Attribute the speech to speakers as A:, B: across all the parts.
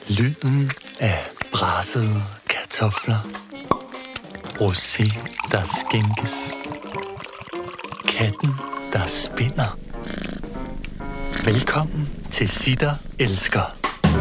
A: Lyden af brassede kartofler. Rosé, der skænkes. Katten, der spinder. Velkommen til Sitter Elsker.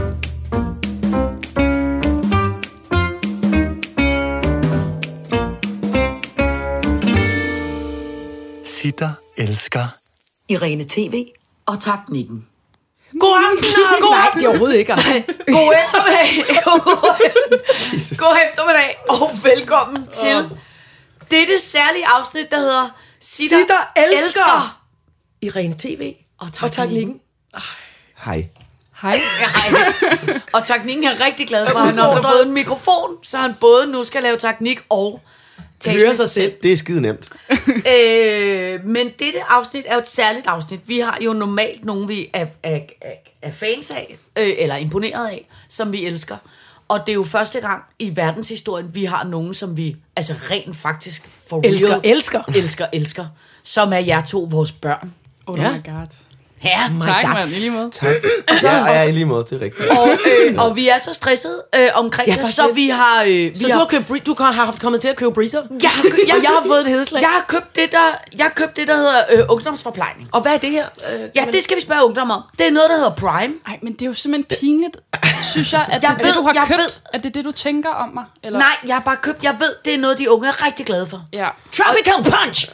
A: Sitter Elsker.
B: Irene TV og Teknikken.
C: God aften og
B: Nej, det er overhovedet ikke.
C: God eftermiddag. God eftermiddag og velkommen til dette særlige afsnit, der hedder
B: Sitter Elsker. Irene TV og Teknikken.
D: Hej.
C: Hej. Og Teknikken er rigtig glad for, at han også har fået en mikrofon, så han både nu skal lave teknik og
B: høre sig selv.
D: Det er skide nemt.
C: Men dette afsnit er jo et særligt afsnit. Vi har jo normalt nogen, vi er fans af, eller imponeret af, som vi elsker. Og det er jo første gang i verdenshistorien, vi har nogen, som vi altså rent faktisk for elsker, som er jer to, vores børn.
E: Oh my god.
C: Ja,
E: tak, mand. I lige måde.
D: Tak. Ja, i lige måde, det er rigtigt.
C: Og vi er så stressede omkring det, så vi har...
B: Du har kommet til at købe breezer?
C: Jeg
B: har fået et hedeslag.
C: Jeg har købt det, der hedder ungdomsforplejning.
B: Og hvad er det her?
C: Det skal vi spørge ungdom om. Det er noget, der hedder Prime.
E: Nej, men det er jo simpelthen pinligt, synes jeg, at det, du har købt, at det er det, du tænker om mig. Eller?
C: Nej, jeg har bare købt... Jeg ved, det er noget, de unge er rigtig glade for.
E: Ja.
B: Tropical Punch!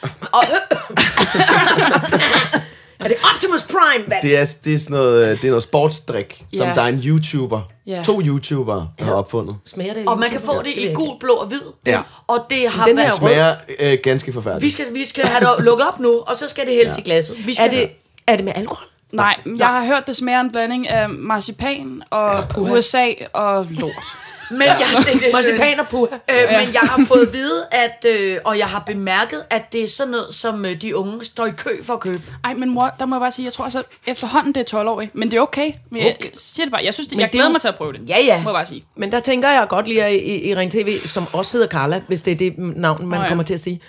B: Er det Optimus Prime, hvad?
D: Det er sådan noget sportsdrik, som der er en YouTuber.
E: Yeah.
D: 2 YouTubere, der har opfundet.
B: Smager det?
C: Og man kan få det i gul, blå og hvid.
D: Ja.
C: Og det har
B: Den her
C: været...
D: Smager ganske forfærdeligt.
C: Vi skal have det lukket op nu, og så skal det hældes i glasset.
B: Er det med alkohol?
E: Nej, jeg har hørt, det smager en blanding af marcipan og USA og lort.
C: Men
B: marcipan og puha.
C: Men jeg har fået at vide, at, og jeg har bemærket, at det er sådan noget, som de unge står i kø for at købe.
E: Ej, men mor, der må jeg bare sige, jeg tror altså efterhånden det er 12 år, men det er okay. Men jeg siger det bare, jeg synes, jeg glæder mig til at prøve det.
C: Ja.
E: Må jeg bare sige.
B: Men der tænker jeg godt lige i Irene TV, som også hedder Carla, hvis det er det navn, man kommer til at sige.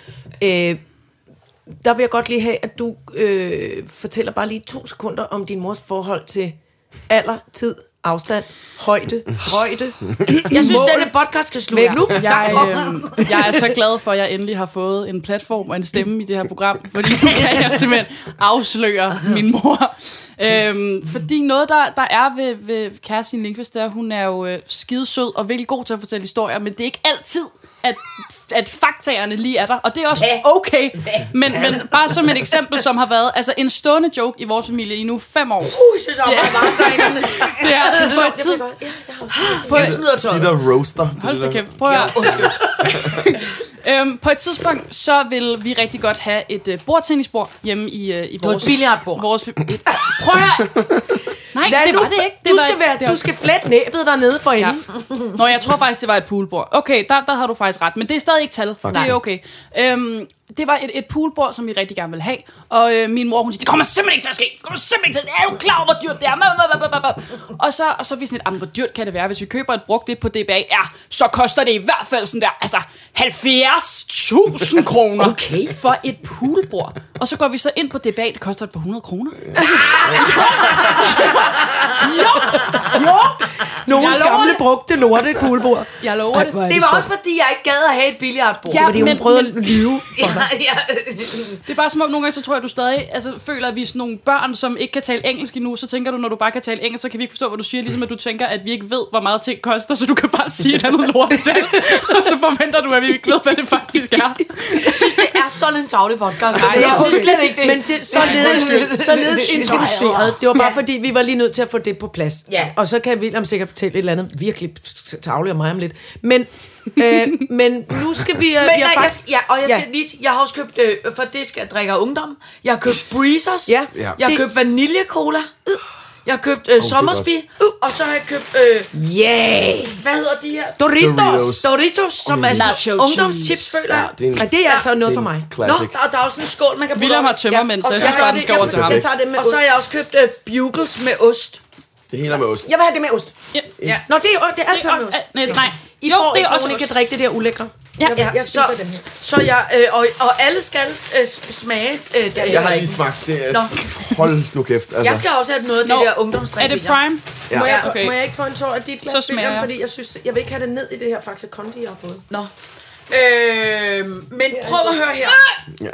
B: Der vil jeg godt lige have, at du fortæller bare lige 2 sekunder om din mors forhold til alder, tid, afstand, højde.
C: Jeg synes, denne podcast skal slutte nu.
E: Jeg er så glad for, at jeg endelig har fået en platform og en stemme i det her program, fordi nu kan jeg simpelthen afsløre min mor. Fordi noget, der er ved Kerstin Lindqvist, der hun er jo skidesød og virkelig god til at fortælle historier, men det er ikke altid, at faktaerne lige er der, og det er også okay. Men bare som et eksempel, som har været altså en stående joke i vores familie i nu 5 år.
C: Jeg synes, det er meget derinde.
E: Det er på et tidspunkt.
D: Sitter roaster.
E: Hold da kæft. Prøv at på et tidspunkt, så vil vi rigtig godt have et bordtennisbord hjemme i vores...
C: Et billiardbord.
E: Prøv at... Nej, det var det ikke.
B: Du skal flette næbet dernede for hende.
E: Nå, jeg tror faktisk, det var et poolbord. Okay, der har du faktisk ret, men det er stadig ikke tal. Det er okay. Det var et poolbord, som vi rigtig gerne ville have. Og min mor, hun siger, det kommer simpelthen ikke til at ske. Det kommer simpelthen ikke til at... Er du klar over, hvor dyrt det er? Og så er vi sådan lidt, hvor dyrt kan det være, hvis vi køber et brugt det på DBA? Ja, så koster det i hvert fald sådan der, altså 70.000 kroner.
B: Okay.
E: For et poolbord. Og så går vi så ind på DBA, det koster et par 100 kroner. Jo.
B: Nogens gamle brugte lorte poolbord.
E: Jeg lover det.
C: Det var også fordi, jeg ikke gad at have et billiardbord.
B: Ja, fordi hun prøvede at lyve for dig.
E: Det er bare som om, nogle gange så tror jeg, du stadig føler, at vi er sådan nogle børn, som ikke kan tale engelsk endnu. Så tænker du, når du bare kan tale engelsk, så kan vi ikke forstå, hvad du siger. Ligesom at du tænker, at vi ikke ved, hvor meget ting koster, så du kan bare sige et andet lortetal. Og så forventer du, at vi ikke ved, hvad det faktisk er.
C: Jeg synes, det er sådan en tavlig podcast. Jeg synes slet ikke det.
B: Men det således introduceret. Det var bare fordi, vi var lige nødt til at få det på plads.
C: Ja.
B: Og så kan William sikkert fortælle et eller andet virkelig tavligt om mig om lidt. Men nu skal vi...
C: Jeg har også købt, for det skal jeg drikke af ungdom. Jeg har købt breezers.
B: Ja.
C: Jeg har købt vaniljecola. Jeg har købt Sommersby. Og så har jeg købt... Hvad hedder de her? Doritos, som er sådan ungdomschips, føler jeg.
B: Ja, det er altså noget for mig.
C: Nå, og der er også en skål, man kan putte.
E: William har tømmermænd, så jeg synes bare, den skal over til ham.
C: Og så har jeg også købt Bugles med ost.
D: Det hele med ost.
B: Jeg vil have det med ost.
C: Ja.
B: Nå, det er altid med ost.
E: Nej.
B: I får ikke, nogen, I kan drikke det der ulækre.
E: Ja.
B: Jeg spiser den her.
C: Så jeg, og alle skal smage det.
D: Jeg har lige smagt det. Hold nu kæft. Altså.
C: Jeg skal også have noget af det der ungdomsdrik.
E: Er det prime?
D: Ja.
B: Må jeg ikke få en tår af dit glas?
E: Så smager jeg.
B: Fordi jeg vil ikke have det ned i det her Faxe Kondi, jeg har fået.
C: Nå. Men prøv at høre her. Nej.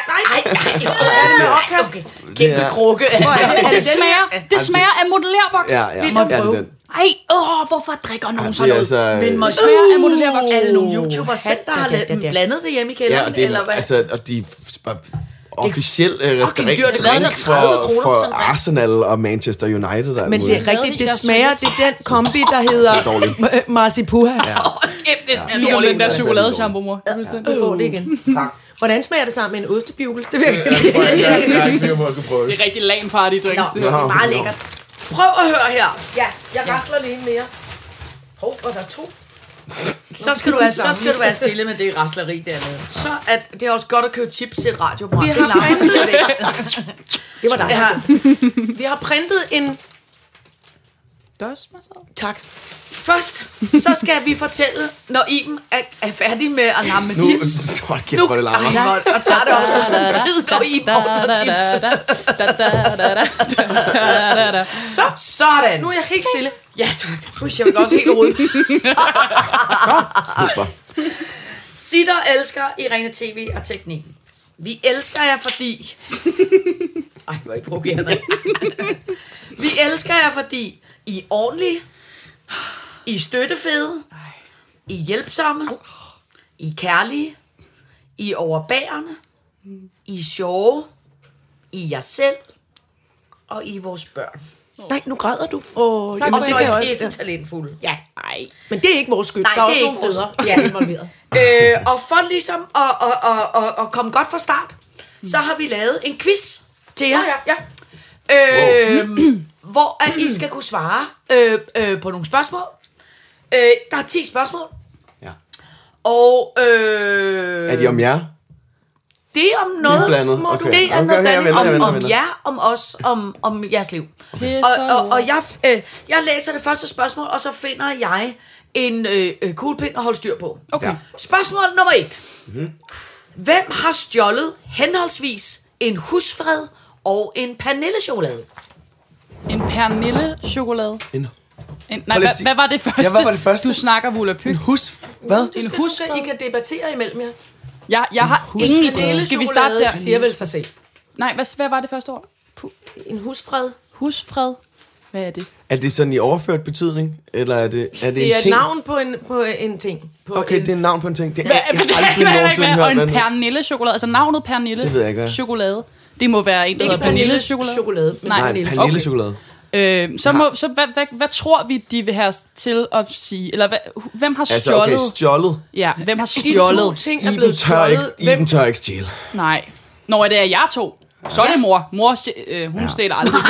C: Okay. Kæmpe krukke.
E: Det smager af modellervoks.
D: Ja.
E: Vil du prøve?
D: Den.
E: Ej, hvorfor drikker nogen sådan noget?
D: Altså,
C: Men måske
E: Smager af modellervoks.
C: er det nogle YouTubere selv, der har blandet det hjemme i
D: ja,
C: kælderen?
D: og det
C: eller hvad?
D: altså, og de officielt
C: fucking dyrt. Det koster 30 kroner
D: for
C: sådan en drink.
D: Arsenal og Manchester United. Der
B: Men det er rigtigt, det smager, det er den kombi, der hedder Marsipuha.
C: Det smager
E: Ligesom
C: dårligt.
E: den der chokoladeshampoo, mor.
B: Du får det igen. Hvordan smager det sammen med en ostebjugels? Det vil jeg
E: Det er rigtig LAN party drinks.
C: Nå, det er meget lækkert. Prøv at høre her.
B: Ja, jeg rasler lige en mere. Hov, og der er 2.
C: Så skal du være stille med det rasleri dernede. Så at det er også godt at købe chips til et radioprogram.
B: Vi
C: Det
B: har
C: larmer
B: printet
C: slet ikke.
B: Det var dig.
C: Ja.
B: Vi har printet en...
E: Dørsmassage.
B: Tak.
C: Først, så skal vi fortælle, når Iben er færdig med at larme
D: Nu,
C: chips.
D: hold kæft, hvor det larmer.
C: Og tager det også noget tid, når Iben ordner chips. Sådan.
B: Nu er jeg helt stille.
C: Ja, tak. Husk, jeg vil også helt roligt. Sitter elsker Irene TV og teknikken. Vi elsker jer, fordi... Ej, hvor er I provokerende. Vi elsker jer, fordi I er ordentlige, I er støttefede, I er hjælpsomme, I er kærlige, I er overbærende, I er sjove, I er jer selv, og I er vores børn.
B: Nej, nu græder du.
C: Og så
B: det kan
C: er
B: jeg
C: I
B: også.
C: pisse talentfulde.
E: Ja, ej.
B: Men det er ikke vores skyld.
C: Nej,
B: der er
C: det
B: også
C: er
B: nogle
C: ikke vores-
B: fædre
C: Ja.
B: involveret.
C: Og for ligesom at komme godt fra start, så har vi lavet en quiz til jer.
B: Ja.
C: Hvor at I skal kunne svare på nogle spørgsmål. Der er 10 spørgsmål.
D: Ja.
C: Og
D: Er de om jer?
C: det er om noget
D: Blandet,
C: små.
D: okay.
C: Det er
D: Okay,
C: noget
D: jeg
C: blandet om
D: venter.
C: jer, om os, om jeres liv. Og jeg læser det første spørgsmål, og så finder jeg en kuglepind at holde styr på.
E: Okay.
D: Ja.
C: Spørgsmål nummer 1. Hvem har stjålet henholdsvis en husfred og en Pernille-chokolade?
E: En pernille-chokolade.
D: En
E: Nej, hvad var det første?
D: Ja, hvad var det første?
E: Du snakker volapyk.
D: Hvad?
E: En husfred.
B: I kan debattere imellem jer.
E: Jeg har ingen idé. Skal vi starte der?
B: Siger vel sig selv.
E: Nej, hvad var det første ord?
B: En husfred.
E: Husfred. Hvad er det?
D: Er det sådan i overført betydning? Eller er det en
B: Det er et
D: ting?
B: navn på en ting. På
D: Okay,
B: en,
D: det er en navn på en ting. Det,
E: Hvad
D: jeg har aldrig nogensinde
E: og
D: hørt
E: en
D: hvad.
E: pernille-chokolade. Altså navnet pernille.
D: Det ved jeg ikke, hvad.
E: Chokolade. Det må være en, der
B: ikke
E: hedder pernille-chokolade.
B: chokolade. Men
E: Nej,
B: Pernille.
D: Pernille-chokolade.
E: Hvad tror vi, de vil have til at sige? Eller hvem har
D: Altså,
E: stjålet?
D: okay, stjålet.
E: Ja, hvem har
B: De to
E: stjålet?
B: ting er blevet
D: Iben tør ikke,
B: stjålet.
D: Iben tør ikke stjæle.
E: Nej. Når det er jer to, så er det mor. Mor, hun stjæler aldrig.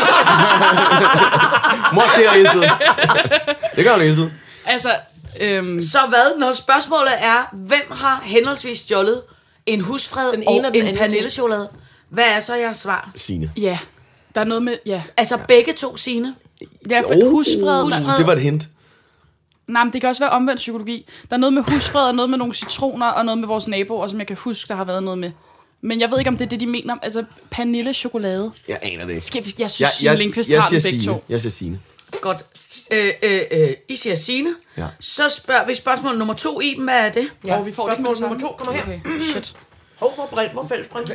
D: Mor ser hele tiden. Det gør hun hele tiden.
E: Altså,
C: Så hvad, når spørgsmålet er, hvem har henholdsvis stjålet en husfred
B: Den
C: og
B: ene og den
C: en
B: anden
C: Pernille-chokolade? Hvad er så jeres svar?
D: Signe.
E: ja. Der er noget med, ja.
C: Altså begge to Signe.
E: Ja, for husfred.
D: Det var et hint.
E: Nej, men det kan også være omvendt psykologi. Der er noget med husfred, og noget med nogle citroner, og noget med vores naboer, som jeg kan huske, der har været noget med. Men jeg ved ikke, om det er det, de mener. Altså, Pernille-chokolade.
D: Jeg aner det ikke.
E: Jeg synes, Signe Lindqvist tager dem begge to.
D: Jeg siger Signe.
C: Godt. I siger Signe.
D: Ja.
C: Så spørger vi spørgsmål nummer 2. Iben, hvad er det?
B: Ja,
E: Og vi får det ikke
B: spørgsmål
E: med det
B: nummer 2 kommer her.
E: Okay, shit.
B: Hov, hvor fælles brændt.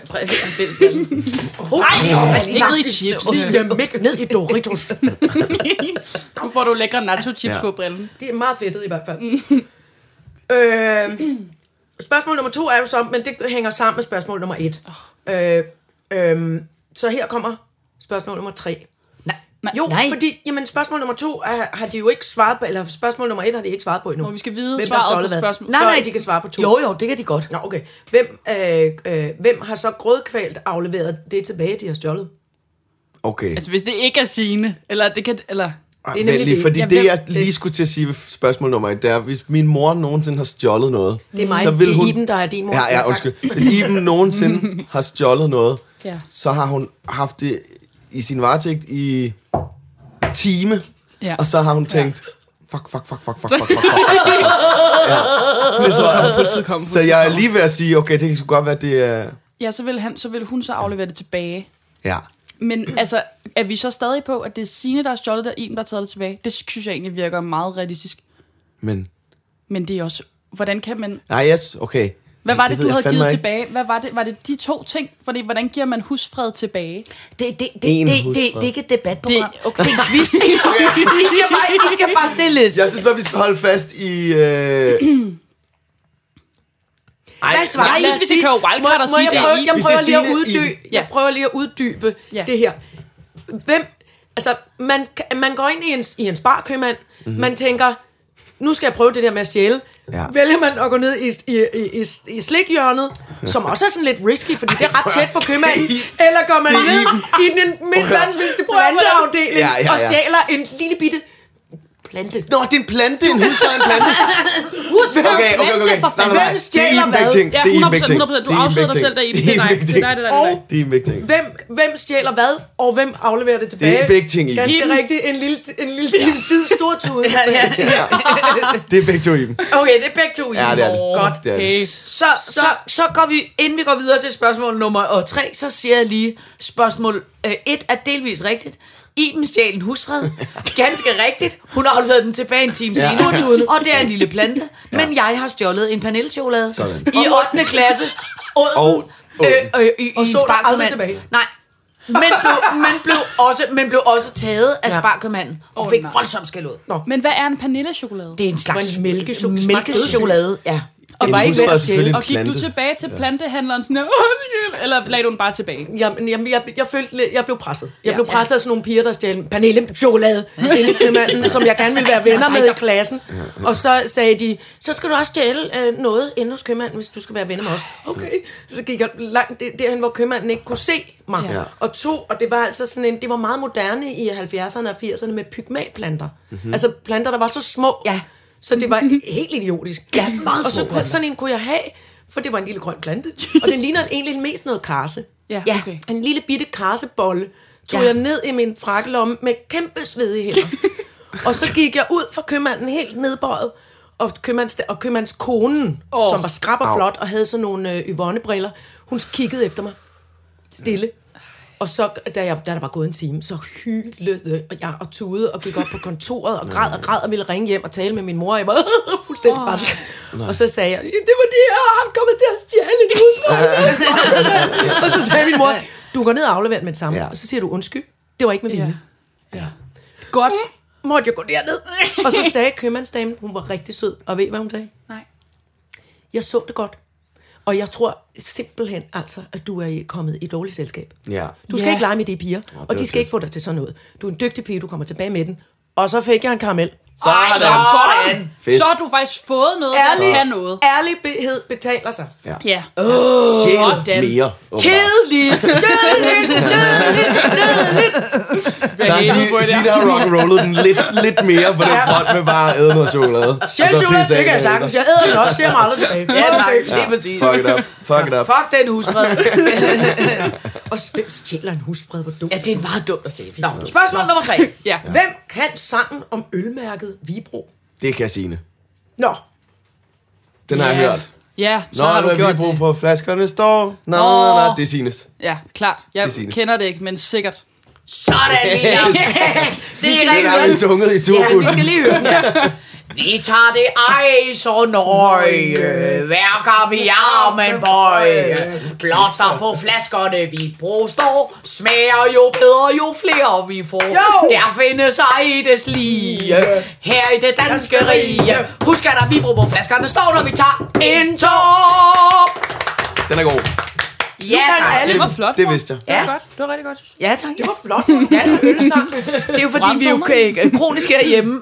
E: Ikke ned i chips.
B: Midt ned i Doritos.
E: Nu får du lækre nacho-chips
D: Ja.
E: på brillen.
B: Det er meget fedtet i hvert fald. Spørgsmål nummer 2 er jo så, men det hænger sammen med spørgsmål nummer 1. Så her kommer spørgsmål nummer 3. Jo,
C: Nej.
B: fordi jamen, spørgsmål nummer 2 har de jo ikke svaret på, eller spørgsmål nummer 1 har de ikke svaret på endnu.
E: Og vi skal vide
B: Hvem har
E: svaret
B: stjålet
E: på
B: hvad?
E: spørgsmål.
C: Nej,
B: De kan svare på 2.
C: Jo, det kan de godt.
B: Nå, okay. Hvem har så grødkvalt afleveret det tilbage, de har stjålet?
D: Okay.
E: Altså, hvis det ikke er Signe, eller det kan... Eller,
B: det er nemlig
D: Vent lige,
B: det.
D: fordi
E: Ja,
D: det,
E: hvem-
D: jeg lige skulle til at sige ved spørgsmål nummer 1, det er, hvis min mor nogensinde har stjålet noget,
B: Det er mig,
D: så vil
B: det er
D: hun...
B: Iben, der er din mor.
D: Ja,
B: tak.
D: undskyld. Hvis Iben nogensinde har stjålet noget,
E: Ja.
D: så har hun haft det i sin varetægt i time,
E: Ja.
D: og så har hun tænkt, Så jeg er lige ved at sige, okay, det kan sgu godt være, det er...
E: Ja, så vil hun så aflevere det tilbage.
D: Ja.
E: Men altså, er vi så stadig på, at det er Signe, der har stjålet der, Iben, der har taget det tilbage? Det synes jeg egentlig virker meget realistisk. Men det er også... Hvordan kan man...
D: Nej, okay.
E: Hvad var det, du havde givet tilbage? Hvad var det? Var det de to ting? Fordi, hvordan giver man husfred tilbage?
C: Det er ikke et debatprogram. Okay. Det er en quiz. I skal bare stilles.
D: Jeg synes bare, vi skal holde fast i...
C: Hvad svarer?
E: Jeg synes, vi skal køre wildcard og sige det.
B: Jeg prøver lige at uddybe det her. Altså, man går ind i en sparkøbmand, man tænker, nu skal jeg prøve det der med at stjæle. Ja. Vælger man at gå ned i slikhjørnet, som også er sådan lidt risky, fordi det er ret tæt på købmanden, eller går man ned i den verdens mindste planteafdeling og stjæler en lille bitte plante.
D: Nå, det er en plante, en husfred, en plante.
E: Okay.
B: Hvem stjæler hvad?
E: Ja, 100%. Du afslører dig selv deri. Det er
D: en vigtig ting.
B: Hvem stjæler hvad, og hvem afleverer det tilbage?
D: Det er begge ting i.
B: Ganske rigtigt. En lille tid stor tude.
D: Det er begge to i dem.
C: Okay, det er begge to i dem.
D: Ja, det er det.
B: Godt.
D: Det er det.
C: Så går vi, inden vi går videre til spørgsmål nummer 3, så siger jeg lige, spørgsmål 1 er delvis rigtigt. Iben stjal en husfred. Ganske rigtigt. Hun har afleveret den tilbage en time senere. Og det er en lille plante. Men jeg har stjålet en panelchokolade i 8. klasse. Og
B: så der aldrig tilbage.
C: Nej. Men blev også taget af sparkøbmanden og fik voldsomt skæld ud.
E: Men hvad er en panelchokolade?
C: Det er en slags mælkechokolade. Ja.
B: Og var ikke ved at stjæle.
E: Og gik du tilbage til plantehandleren sådan, eller lagde du den bare tilbage?
B: Jeg følte, jeg blev presset. Jeg blev presset af sådan nogle piger, der stjal panelchokolade inde i købmanden, som jeg gerne ville være venner med i klassen. Og så sagde de, så skal du også stjæle noget inde hos købmanden, hvis du skal være venner med os. Okay. Så gik jeg langt derhen, hvor købmanden ikke kunne se mig. Ja. Og det var altså sådan det var meget moderne i 70'erne og 80'erne med pygmæplanter. Altså planter, der var så små. Ja. Så det var helt idiotisk. Ja, meget små. Og sådan en kunne jeg have, for det var en lille grøn plante. Og den ligner egentlig mest noget karse.
E: Ja, okay.
B: En lille bitte karsebolle tog jeg ned i min frakkelomme med kæmpe svedige hænder. Og så gik jeg ud fra købmanden helt nedbøjet. Og købmandskonen, som var skrab og flot og havde sådan nogle Yvonne-briller, hun kiggede efter mig stille. Og så, da der var gået en time, så hylede jeg og tudede og gik op på kontoret og græd og ville ringe hjem og tale med min mor. Jeg var fuldstændig fra det. Og så sagde jeg, det var det, jeg har haft kommet til at stjæle en husfred. Og så sagde min mor, du går ned og afleverer med det samme. Ja. Og så siger du undskyld. Det var ikke med vilje.
E: Ja. Godt.
B: Måtte jeg gå derned. Og så sagde købmandsdamen, hun var rigtig sød. Og ved hvad hun sagde?
E: Nej.
B: Jeg så det godt. Og jeg tror simpelthen altså, at du er kommet i dårligt selskab.
D: Ja.
B: Du skal ikke lege med de piger, og de skal ikke få dig til sådan noget. Du er en dygtig pige, du kommer tilbage med den. Og så fik jeg en karamel.
E: Så har du faktisk fået noget at tage noget.
B: Ærlighed betaler sig.
E: Ja.
D: Stjæl mere.
B: Kedeligt.
D: Signe har rock'n'rollet den lidt mere på den front med bare at æde noget chokolade.
B: Stjæl chokolade, det kan jeg sagtens. Jeg æder den også, ser mig aldrig tilbage.
C: Ja, tak. Lige præcis.
D: Fuck it up.
C: Fuck den husfred.
B: Og hvem stjæler en husfred? Hvor dumt.
C: Ja, det er meget dumt at se. Spørgsmål nummer 3.
B: Ja. Hvem kan sangen om ølmærket Vibro?
D: Det kan Signe.
B: Nå.
D: Den har jeg hørt.
E: Ja, så har du gjort
D: Vibro
E: det.
D: på flaskerne står. Nej, det er Signes.
E: Ja, klart. Jeg kender det ikke, men sikkert.
C: Sådan, yes.
D: Det har vi sunget i turbussen.
B: Vi skal lige høre den her.
C: Vi tager det ej så nøje, værker vi armen bøje. Blotter på flaskerne vi står, smager jo bedre jo flere vi får. Der findes ej des lige, her i det danske rige. Husk at der Vibro på flaskerne står, når vi tager en tår.
D: Den er god.
C: Ja, tak.
E: Det var flot.
D: Det vidste jeg.
E: Det var godt. Det var rigtig godt.
C: Ja, tak.
B: Det var flot. Ja, tak. Ølsang.
C: Det er jo fordi, vi jo kronisk herhjemme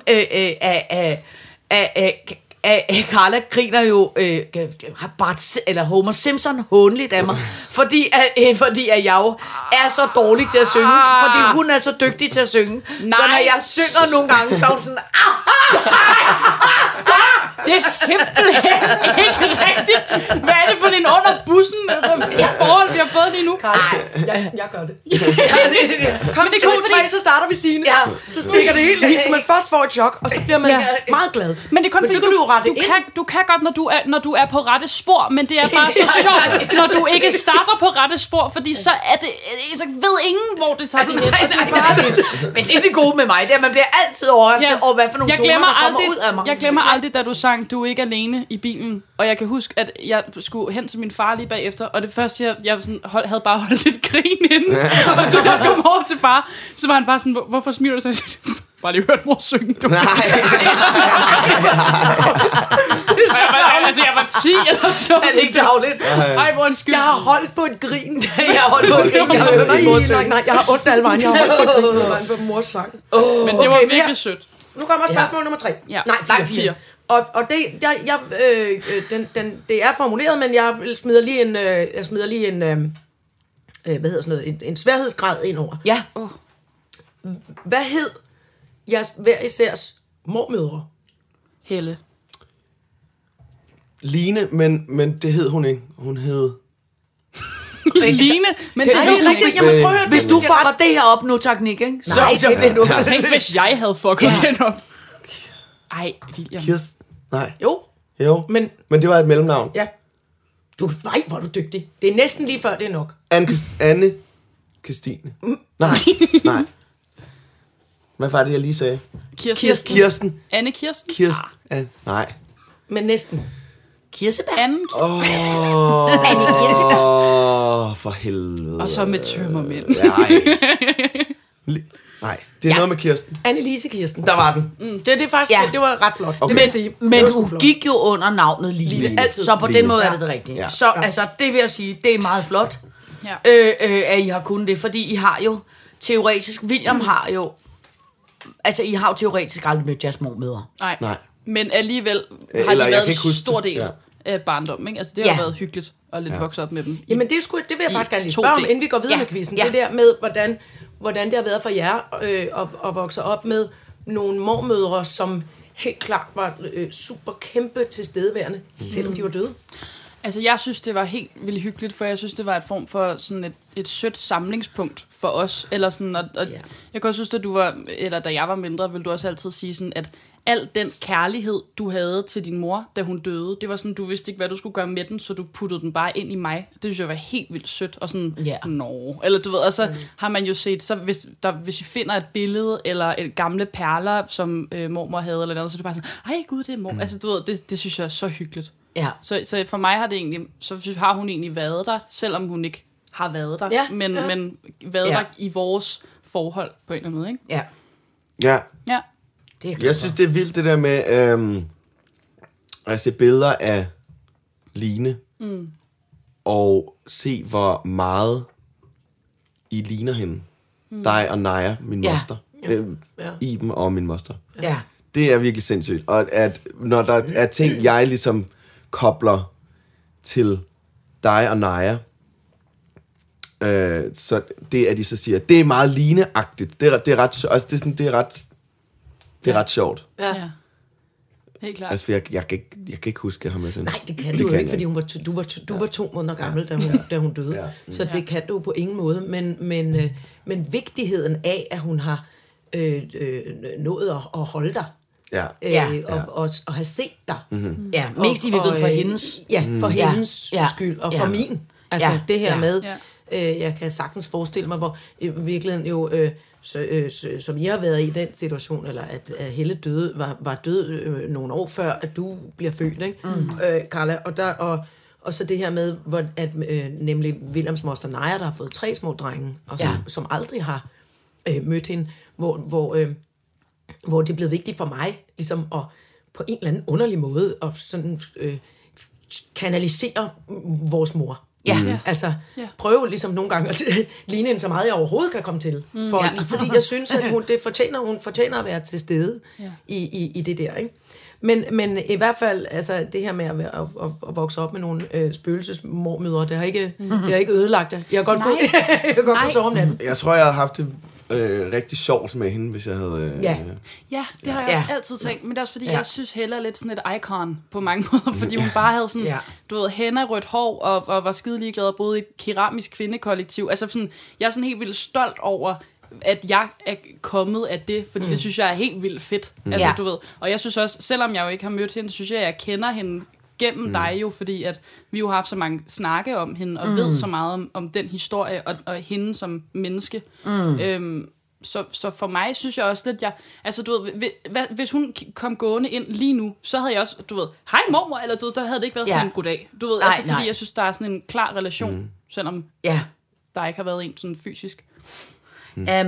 C: Carla griner jo eller Homer Simpson hånligt af mig, fordi at jeg jo er så dårlig til at synge, fordi hun er så dygtig til at synge. Så når jeg synger nogle gange, så er hun sådan
E: Det er simpelthen ikke rigtigt. Hvad er det for en under bussen forhold, vi har fået lige nu?
B: Jeg gør det.
E: Kom, men det
B: 2, 3, så starter vi Signe.
C: Ja.
B: Så stikker det helt helt, så man først får et chok, og så bliver man meget glad.
E: Men det er kun
B: så
E: fordi,
B: kan du rette
E: du kan godt, når du er på rette spor, men det er bare så sjovt, når du ikke starter på rette spor, fordi så er det, så ved ingen, hvor det tager dig hen.
C: Men det er det gode med mig, det er, at man bliver altid overrasket over, hvad for nogle toner, der kommer ud af mig.
E: Jeg glemmer aldrig, da du sang Du er ikke alene i bilen, og jeg kan huske, at jeg skulle hen til min far lige bagefter, og det første, jeg sådan, havde bare holdt lidt grin inden, og så jeg kom over til far, så var han bare sådan, hvorfor smiler du? Så jeg sagde, bare lige hørt mor synge. Nej. Jeg var 10 eller sådan.
C: Er det ikke tavligt?
E: Ej, hvor en skyld.
B: Jeg har holdt på et grin.
C: Jeg har holdt på et grin.
B: Nej, jeg har ondt alle vejen. Jeg har holdt på et grin på mors sang.
E: Men det var virkelig sødt.
B: Nu kommer spørgsmål nummer 3.
E: Ja.
B: Nej, 4. Og det er formuleret, men jeg smider lige en hvad hedder sådan noget, en sværhedsgrad ind over.
C: Ja.
B: Hvad hed jeres hver isærs mormødre?
E: Helle.
D: Line, men det hed hun ikke. Hun hed...
E: Line, men det er
B: ikke rigtigt. Jamen, prøv at høre,
C: hvis du fucker det her op nu, teknik, ikke?
B: Nej, det bliver nu.
E: Tænk, hvis jeg havde fucket den op. Ej, William.
D: Kirsten? Nej.
B: Jo.
D: Men det var et mellemnavn.
B: Ja. Nej, hvor er du dygtig. Det er næsten lige før, det er nok.
D: Anne Christine. Nej. Hvad var det, jeg lige sagde? Kirsten.
E: Anne Kirsten?
D: Kirsten. Nej.
B: Men næsten.
C: Kirsebær.
E: Anne
C: Anne Kirsebær.
D: For helvede.
E: Og så med tømmermænd.
D: Nej, det er noget med Kirsten.
B: Annelise Kirsten.
D: Der var den.
B: Det er faktisk, det var ret flot.
D: Okay.
B: Det vil jeg sige.
C: Men du gik jo under navnet Line.
B: Altid.
C: Så på
D: Line.
C: den måde er det rigtige.
D: Ja.
C: Så altså, det vil jeg sige, det er meget flot, at I har kunnet det. Fordi I har jo teoretisk, William har jo, altså I har jo teoretisk aldrig mødt jeres mormødre.
E: Nej. Men alligevel har
D: Eller,
E: det
D: jeg
E: været
D: kan ikke
E: en
D: huske
E: stor
D: det.
E: del af barndommen, ikke? Altså det har været hyggeligt at lidt vokse op med dem.
B: Jamen det vil jeg faktisk gerne lige
E: 2D.
B: spørge om, inden vi går videre med quizzen. Det der med, hvordan det har været for jer at vokse op med nogle mormødre, som helt klart var super kæmpe tilstedeværende, selvom de var døde.
E: Altså, jeg synes, det var helt vildt hyggeligt, for jeg synes, det var et form for sådan et sødt samlingspunkt for os. Eller sådan, jeg kan også synes, at du var, eller da jeg var mindre, ville du også altid sige sådan, at al den kærlighed, du havde til din mor, da hun døde, det var sådan, du vidste ikke, hvad du skulle gøre med den, så du puttede den bare ind i mig. Det synes jeg var helt vildt sødt, og sådan, eller du ved, og så har man jo set, så hvis I finder et billede, eller et gamle perler, som mormor havde, eller noget, så er det bare sådan, ej gud, det er mor. Altså, du ved, det synes jeg er så hyggeligt. Ja. Så for mig har det egentlig, så har hun egentlig været der, selvom hun ikke har været der, men været der i vores forhold på en eller anden måde, ikke?
D: Ja.
C: Jeg
D: synes, det er vildt det der med at se billeder af Line og se, hvor meget I ligner hende. Dig og Naja, min moster. Iben og min moster.
C: Ja.
D: Det er virkelig sindssygt. Og at når der er ting, jeg ligesom kobler til dig og Naja, så det, at de så siger, det er meget Line-agtigt. Det er ret, altså det er ret sjovt.
E: Ja. Helt klart.
D: Altså, jeg kan ikke huske, at jeg har mødt hende.
B: Nej, det kan du jo ikke, fordi du var 2 måneder gammel, da hun døde. Ja. Så det kan du på ingen måde. Men vigtigheden af, at hun har nået at holde dig, og have set dig.
C: Mm-hmm. Ja, mest i virkeligheden for hendes.
B: Ja, for hendes skyld, og for min. Altså det her med, jeg kan sagtens forestille mig, hvor i virkeligheden jo... som I har været i den situation, eller at Helle døde, var død nogle år før, at du bliver født, ikke? Carla, og så det her med, at nemlig Williams moster Naja, der har fået 3 små drenge, og som aldrig har mødt hende, hvor det er blevet vigtigt for mig, ligesom at på en eller anden underlig måde, at sådan kanalisere vores mor. Altså prøve ligesom nogle gange at ligne hende så meget jeg overhovedet kan komme til, fordi jeg synes at hun fortjener at være til stede i det der, ikke? Men i hvert fald altså det her med at vokse op med nogle spøgelsesmormødre, det har ikke ødelagt det. Jeg har godt kunne sove om natten.
D: Jeg tror jeg har haft det rigtig sjovt med hende, hvis jeg havde...
E: Ja, det har jeg også altid tænkt, men det er også fordi, jeg synes Hella er lidt sådan et icon på mange måder, fordi hun bare havde sådan, du ved, henna, rødt hår, og var skide ligeglad og boede i et keramisk kvindekollektiv. Altså sådan, jeg er sådan helt vildt stolt over, at jeg er kommet af det, fordi det synes jeg er helt vildt fedt. Altså, du ved, og jeg synes også, selvom jeg jo ikke har mødt hende, synes jeg kender hende gennem dig jo, fordi at vi jo har haft så mange snakke om hende, og ved så meget om den historie, og hende som menneske. Så for mig synes jeg også lidt, altså du ved, hvis hun kom gående ind lige nu, så havde jeg også, du ved, hej mormor, eller du ved, der havde det ikke været sådan en goddag. Du ved, altså fordi jeg synes, der er sådan en klar relation, selvom der ikke har været en sådan fysisk.
C: Ja,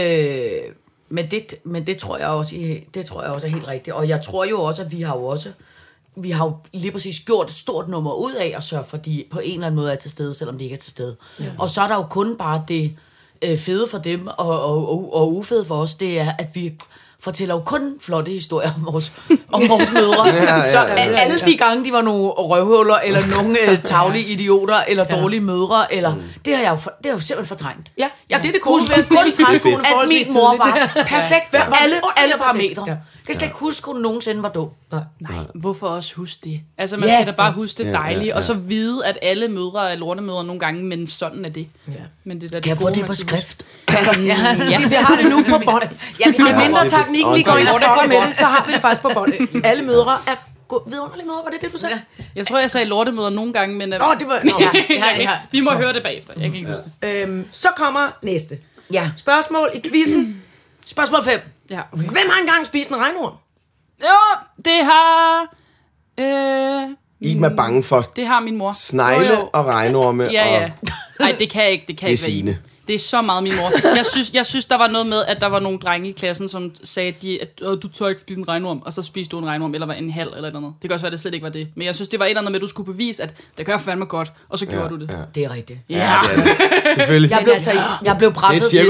C: men det tror jeg også, er helt rigtigt. Og jeg tror jo også, at vi har jo lige præcis gjort et stort nummer ud af at sørge for, at de på en eller anden måde er til stede, selvom de ikke er til stede. Ja. Og så er der jo kun bare det fede for dem og ufede for os, det er, at vi fortæller jo kun flotte historier om vores mødre. Så alle de gange, de var nogle røvhuller, eller nogle tavlige idioter, eller dårlige mødre, eller det har jeg jo simpelthen fortrængt. Ja, det er det gode ved at at min mor var perfekt for alle parametre. Jeg kan slet ikke huske, at hun nogensinde var dum.
E: Nej, hvorfor også huske det? Altså, man skal da bare huske det dejlige, og så vide, at alle mødre er lortemødre nogle gange, men sådan er det. Ja. Men det der,
C: kan jeg få det på skrift?
B: Vi har det nu på bånd. Med mindre teknikken lige går ind og fucker med det, så har vi det faktisk på bånd. Alle mødre er vidunderlige mødre, var det du sagde?
E: Jeg tror, jeg sagde lortemødre nogle gange, men...
B: det var...
E: Vi må høre det bagefter. Jeg kan ikke huske
B: det. Så kommer næste. Spørgsmål i quizzen. Spørgsmål 5. Ja. Okay. Hvem har engang spist en regnorm?
E: Jo, det har...
D: Iben er bange for...
E: Det har min mor.
D: Snegle og regnorme.
E: Ja. Nej, det kan ikke.
D: Det er Signe.
E: Det er så meget min mor. Jeg synes, der var noget med, at der var nogle drenge i klassen, som sagde, at du tør ikke spise en regnorm, og så spiste du en regnorm, eller var en halv, eller noget. Det kan også være, det slet ikke var det. Men jeg synes, det var et eller andet med, at du skulle bevise, at det gør fandme godt, og så gjorde du det.
C: Ja. Det er rigtigt.
D: Ja, det er det. Selvfølgelig.
C: Jeg blev presset til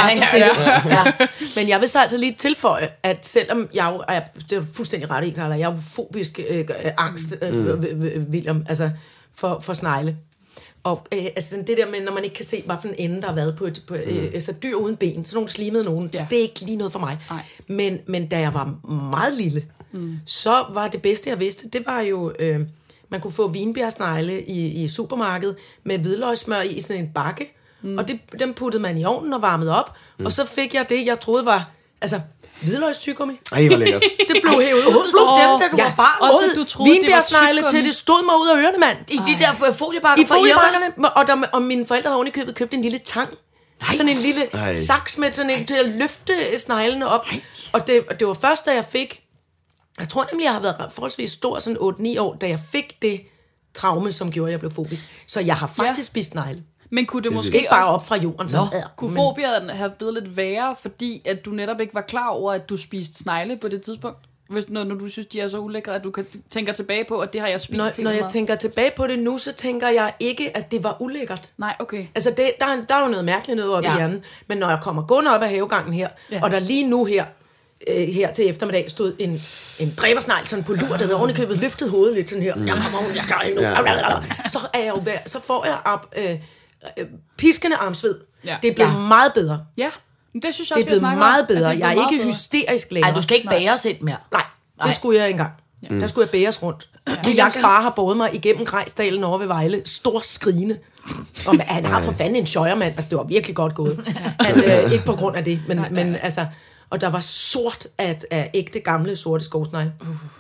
B: det. Men jeg vil så altså lige tilføje, at selvom jeg jo er, det er fuldstændig ret i, Carla, jeg er jo fobisk angst, William, altså for snegle. Og altså det der med, når man ikke kan se, hvad for en ende, der har været på altså dyr uden ben, sådan nogle slimede nogen, det er ikke lige noget for mig. Men da jeg var meget lille, så var det bedste, jeg vidste, det var jo, man kunne få vinbjergsnegle i supermarkedet med hvidløgssmør i sådan en bakke, og dem puttede man i ovnen og varmede op, og så fik jeg det, jeg troede var, altså... hvidløgstyggummi.
D: Ej, hvor lækkert.
B: Det blev hævet ud. Dem, der du var bare vinbjergsnegle til det stod mig ud af ørerne, mand.
C: I de der foliebakker.
B: I foliebakkerne. Og mine forældre havde ovenikøbet købt en lille tang. Sådan en lille saks med sådan en til at løfte sneglene op. Og det var først, da jeg fik... Jeg tror nemlig, jeg har været forholdsvis stor, sådan 8-9 år, da jeg fik det traume, som gjorde, at jeg blev fobisk. Så jeg har faktisk spist snegle.
E: Men kunne det måske
B: ikke bare op fra jorden?
E: Kunne fobierne have blevet lidt værre, fordi at du netop ikke var klar over, at du spiste snegle på det tidspunkt? Når du synes, de er så ulækre, at du tænker tilbage på, at det har jeg spist.
B: Når jeg tænker tilbage på det nu, så tænker jeg ikke, at det var ulækkert.
E: Nej, okay.
B: Altså, der er jo noget mærkeligt noget oppe i hjernen. Men når jeg kommer gående op ad havegangen her, og der lige nu her til eftermiddag stod en dræbersnegl sådan på lur, der havde ovenikøbet løftet hovedet lidt sådan her. Så får jeg piskende armsved. Det er blevet meget bedre.
E: Ja, det synes jeg
B: også, det er blevet meget bedre. Jeg er ikke hysterisk længere.
C: Nej, du skal ikke bæres ind mere.
B: Nej, det skulle jeg engang. Der skulle jeg bæres rundt. Williams far har båret mig igennem Grejsdalen over ved Vejle. Stor skrigende. Og han har for fanden en schøjermand. Altså, det var virkelig godt gået. Ikke på grund af det, men altså... Og der var sort af ægte gamle sorte skovsnegle.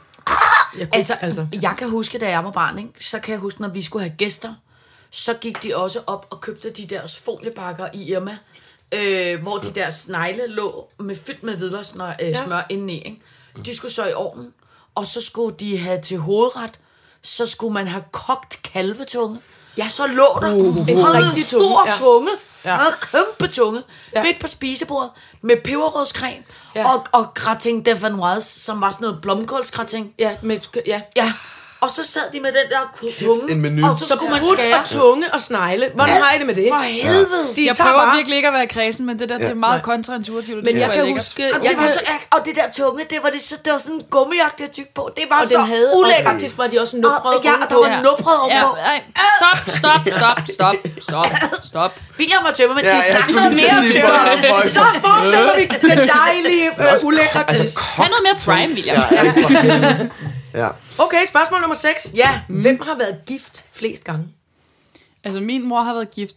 C: Jeg kan huske, da jeg var barn, ikke? Så kan jeg huske, når vi skulle have gæster, så gik de også op og købte de der foliebakker i Irma, hvor de der snegle lå fyldt med hvidløgssmør indeni. Ikke? De skulle så i ovnen, og så skulle de have til hovedret, så skulle man have kogt kalvetunge. Ja, så lå der en rigtig stor tunge, en kæmpe tunge, midt på spisebordet, med peberrødscreme og gratin de vanoise, som var sådan noget blomkålsgratin.
B: Ja.
C: og så sad de med den der tunge.
D: En menu.
C: Og så kunne man skære.
B: Og tunge og snegle. Hvordan har I det med det?
C: For helvede.
B: De
E: Jeg
B: tager
E: prøver
B: bare...
E: virkelig ikke at være kredsen, men det der, det er meget kontraintuitivt.
B: Men jeg kan huske...
C: Og det der tunge, det var sådan en gummiagtigt jeg tyk på. Det var
B: Og
C: så
B: den havde... Og
C: ulækkert.
B: faktisk var de også nubret
C: Ja, og der var nubret ovenpå.
E: Stop.
C: William og tømmermænd skal
D: Ja, jeg
C: snakke noget
D: skulle
C: mere om
D: lige til at sige,
C: tømmermænd. Så fortsætter vi den dejlige, ulækre quiz.
E: Tag noget mere Prime, William.
D: Ja.
B: Okay, spørgsmål nummer 6.
C: Ja.
B: Hvem har været gift flest gange?
E: Altså, min mor har været gift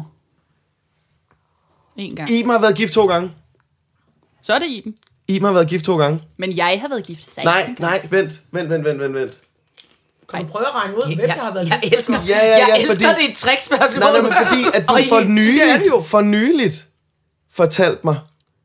E: en gang.
D: Iben har været gift 2 gange.
E: Så er det Iben.
D: Iben har været gift 2 gange.
E: Men jeg har været gift 16
D: Nej, vent.
B: Kan du prøve at regne ud, hvem der har været
C: Jeg
B: gift?
C: elsker,
D: Ja,
C: det er et trickspørgsmål.
D: Nej, men fordi at du for nyligt fortalte mig.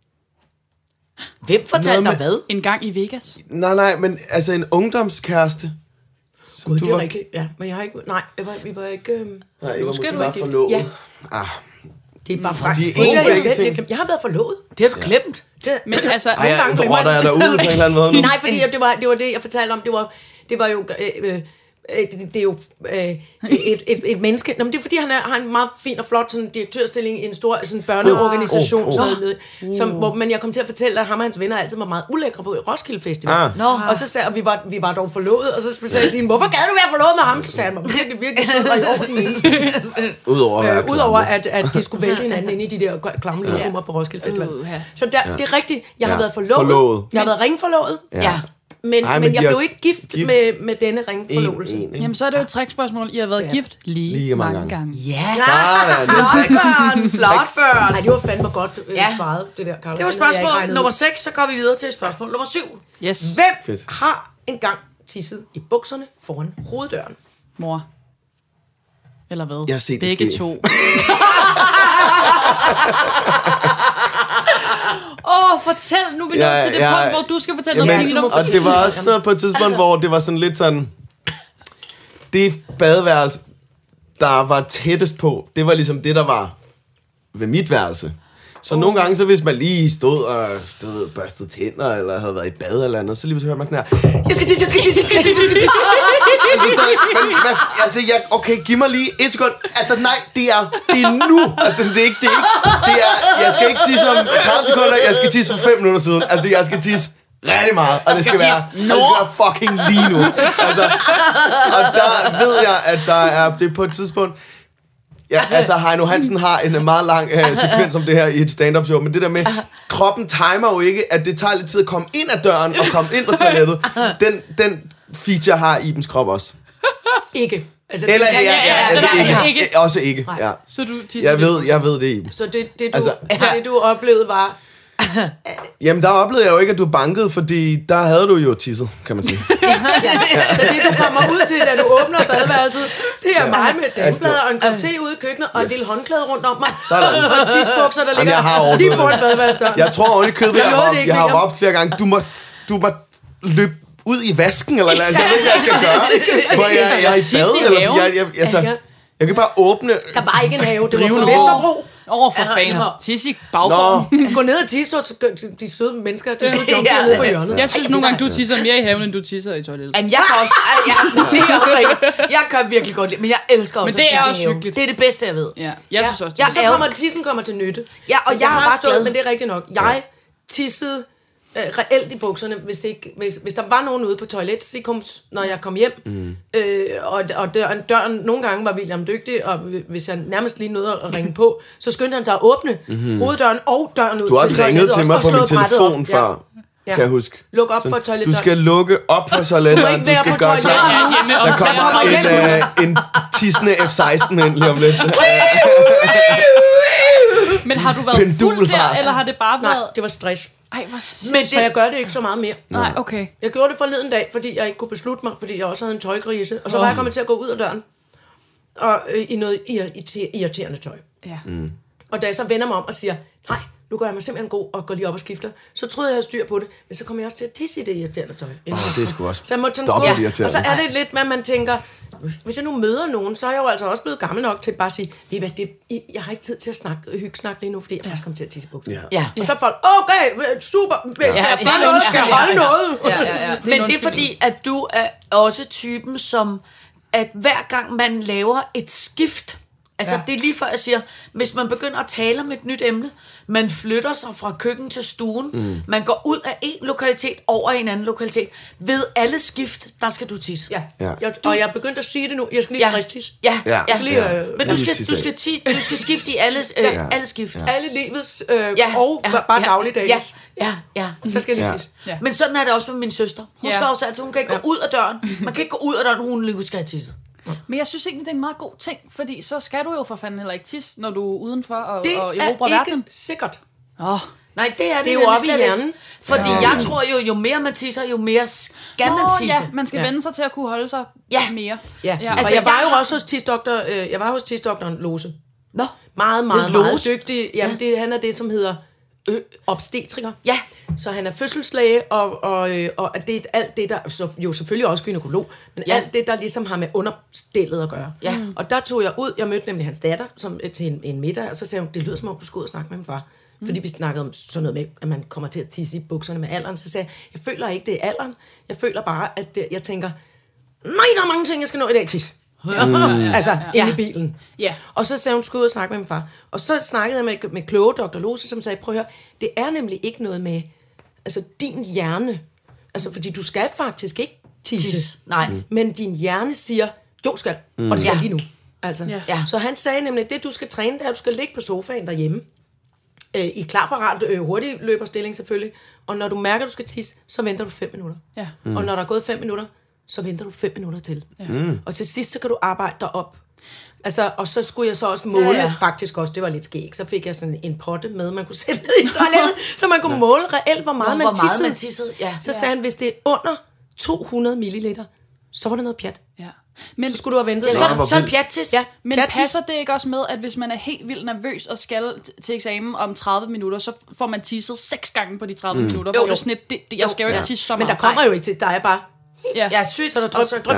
C: Hvem fortalte dig hvad?
E: En gang i Vegas.
D: Nej, men altså en ungdomskæreste. Som
B: Det er rigtigt, ja. Men jeg har ikke... Nej, vi var ikke...
D: Nej, jeg var måske
B: du
D: bare
B: ikke gift?
D: forlovet.
B: Ja.
C: Det er bare
D: Fordi
C: faktisk.
D: en begge
B: Jeg,
D: ting.
B: jeg har været forlovet.
C: Det har du glemt.
E: Men altså,
D: Ej, jeg rotter jeg derude på en eller anden måde nu.
B: Nej, fordi det var det, jeg fortalte om. Det var jo... det er jo et menneske. Nå, men det er fordi, han har en meget fin og flot sådan, direktørstilling i en stor sådan, børneorganisation. Men jeg kom til at fortælle, at ham og hans venner altid var meget ulækre på Roskilde Festival. Og så sagde vi var dog forlovet, og så sagde jeg sige, hvorfor gad du være forlovet med ham? Så sagde han, var virkelig sød og i orden menneske. Udover at de skulle vælge hinanden ind i de der klamme lille på Roskilde Festival. Så det er rigtigt, jeg har været forlovet. Jeg har været ringforlovet. Ja. Men jeg blev ikke gift med denne ringforlovelse.
E: jamen, så er det jo et trickspørgsmål. I har været gift lige mange gange.
C: Ja.
B: Flot børn. Nej, det var fandme godt svaret, det der, Karl.
C: Det var spørgsmål nummer 6, så går vi videre til spørgsmål nummer 7.
E: Yes.
B: Hvem har engang tisset i bukserne foran hoveddøren?
E: Mor. Eller hvad?
D: Jeg har set det
E: begge
D: ske.
E: to. Fortæl, nu er vi nået til det punkt, hvor du skal fortælle noget pinligt om.
D: Og det var også noget på et tidspunkt, hvor det var sådan lidt sådan... Det badeværelse, der var tættest på, det var ligesom det, der var ved mit værelse. Så nogle gange, så hvis man lige stod og børstede tænder, eller havde været i bad eller andet, så lige så hørte man sådan her, jeg skal tisse. Men altså, okay, giv mig lige 1 sekund. Altså nej, det er nu. Altså, det er ikke, jeg skal ikke tisse om 30 sekunder, jeg skal tisse for 5 minutter siden. Altså, jeg skal tisse rigtig meget, og det skal være fucking lige nu. Altså, og der ved jeg, at det er på et tidspunkt. Ja, altså Heino Hansen har en meget lang sekvens om det her i et stand-up show, men det der med, kroppen timer jo ikke, at det tager lidt tid at komme ind ad døren og komme ind på toilettet. Den feature har Ibens krop også.
B: Ikke. Altså,
D: Eller
E: ikke.
D: Også ikke. Ja.
E: Så du tisser
D: jeg ved det, Iben.
B: Så det du oplevede var...
D: Jamen, der oplevede jeg jo ikke, at du bankede, fordi der havde du jo tisset, kan man sige.
B: Så det, du kommer ud til, da du åbner badeværelset, det er mig med dameplader og en kop te ude i køkkenet, og et lille håndklæde rundt om mig, og tidsbukser, der ligger lige foran badeværelsesdøren.
D: Jeg tror oven i købet, jeg har råbt flere gange, du må løbe ud i vasken, eller jeg ved ikke, hvad jeg skal gøre, hvor jeg er i bad, eller jeg kan bare åbne.
B: Der var ikke en have, det var på Vesterbro.
E: For fanden. Tisse i baggården.
B: Gå ned og tisse de søde mennesker, de søde junkier nede på hjørnet.
E: Jeg synes nogle gange, du tisser mere i haven, end du tisser i toilettet.
C: Jamen, jeg kan også... Jeg kan virkelig godt lide, men jeg elsker også
E: men det er også hyggeligt.
C: Det er det bedste, jeg ved.
E: Ja, jeg synes også, det
B: er. Så tissen kommer til nytte.
C: Ja, og jeg har bare glad.
B: Men det er rigtigt nok. Jeg tissede reelt i bukserne, hvis der var nogen ude på toilet, når jeg kom hjem, og døren nogle gange var William dygtig, og hvis jeg nærmest lige nåede at ringe på, så skyndte han sig at åbne hoveddøren og døren ud.
D: Du har også ringet til mig på min telefon før, kan jeg huske.
B: Luk op for toiletdøren.
D: Du skal lukke op for toiletdøren.
B: Du skal gøre klar.
D: Der kommer en tissende F-16 ind lige om lidt.
E: Men har du været fuld der, eller har det bare været...
B: Nej, det var stress.
E: Ej,
B: så jeg gør det ikke så meget mere.
E: Nej, okay.
B: Jeg gjorde det forleden dag, fordi jeg ikke kunne beslutte mig, fordi jeg også havde en tøjgrise. Og så var jeg kommet til at gå ud af døren. Og i noget irriterende tøj.
E: Ja.
B: Og da jeg så vender mig om og siger, nej, nu gør jeg mig simpelthen god og går lige op og skifter, så troede jeg havde styr på det. Men så kom jeg også til at tisse i det irriterende tøj.
D: Det er sgu også
B: så jeg måtte sådan gå, og så er det lidt med, at man tænker, hvis jeg nu møder nogen, så er jeg jo altså også blevet gammel nok til bare at sige, ved I hvad, jeg har ikke tid til at hyggesnakke lige nu, fordi jeg faktisk kommer til at tisse i buksen.
C: Ja.
B: Og så er folk, okay, super, skal holde noget.
C: Ja. Men det er fordi, at du er også typen, som at hver gang man laver et skift, altså det er lige før jeg siger, hvis man begynder at tale om et nyt emne, man flytter sig fra køkken til stuen, man går ud af en lokalitet over en anden lokalitet, ved alle skift, der skal du tisse.
B: Ja. Og jeg er begyndt at sige det nu, jeg skal lige stress-tisse.
C: Men du skal skifte i alle skift.
B: Alle livets og bare dagligdags.
C: Ja.
B: Så skal jeg lige tisse.
C: Ja. Men sådan er det også med min søster. Hun skal også altid, hun kan ikke gå ud af døren. Man kan ikke gå ud af døren, hun lige skal have tisset.
E: Men jeg synes egentlig, det er en meget god ting, fordi så skal du jo for fanden heller ikke tisse, når du er udenfor og erobre verden.
B: Det er ikke sikkert.
C: Nej, det er
B: jo oppe i hjernen.
C: Fordi jeg tror jo mere man tisser, jo mere skal man tisse.
E: Ja, man skal vende sig til at kunne holde sig mere.
B: Ja. Altså, jeg var jo også hos tisdoktoren Lose.
C: Nå.
B: Meget dygtig. Jamen, han er det, som hedder obstetriker.
C: Ja.
B: Så han er fødselslæge, og det er alt det, der jo selvfølgelig også gynekolog, men alt det, der ligesom har med understillet at gøre.
C: Ja.
B: Og der tog jeg ud, jeg mødte nemlig hans datter til en middag, og så sagde hun, det lyder som om, du skulle ud og snakke med min far. Fordi vi snakkede om sådan noget med, at man kommer til at tisse i bukserne med alderen, så sagde jeg føler ikke, det er alderen. Jeg føler bare, at jeg tænker, nej, der er mange ting, jeg skal nå i dag, tis. Altså, inde i bilen.
E: Ja.
B: Og så sagde hun, skulle ud og snakke med min far. Og så snakkede jeg med kloge Dr. Lose, som sagde, prøv at høre, det er nemlig ikke noget med, altså din hjerne, altså fordi du skal faktisk ikke tisse.
C: Nej.
B: Men din hjerne siger, jo skal, og det skal lige nu. Altså.
C: Ja.
B: Så han sagde nemlig, det du skal træne, det er, at du skal ligge på sofaen derhjemme, i klar parat, hurtig løberstilling selvfølgelig, og når du mærker, at du skal tisse, så venter du 5 minutter.
E: Ja.
B: Og når der er gået 5 minutter, så venter du 5 minutter til. Ja. Og til sidst, så kan du arbejde dig op. Altså, og så skulle jeg så også måle, faktisk også, det var lidt skægt, så fik jeg sådan en potte med, man kunne sætte ned i toilettet, så man kunne måle reelt, hvor meget man tissede.
C: Ja.
B: Så sagde han, hvis det er under 200 milliliter, så var det noget pjat.
E: Ja. Men
B: så skulle du have ventet.
C: Så en pjat-tis.
B: Ja,
E: men passer det ikke også med, at hvis man er helt vildt nervøs og skal til eksamen om 30 minutter, så får man tisset 6 gange på de 30 minutter, hvor det snit, jeg skal jo ikke tisse så meget.
B: Men der kommer jo ikke til, der er bare...
C: Ja, sygt,
B: så der dryp.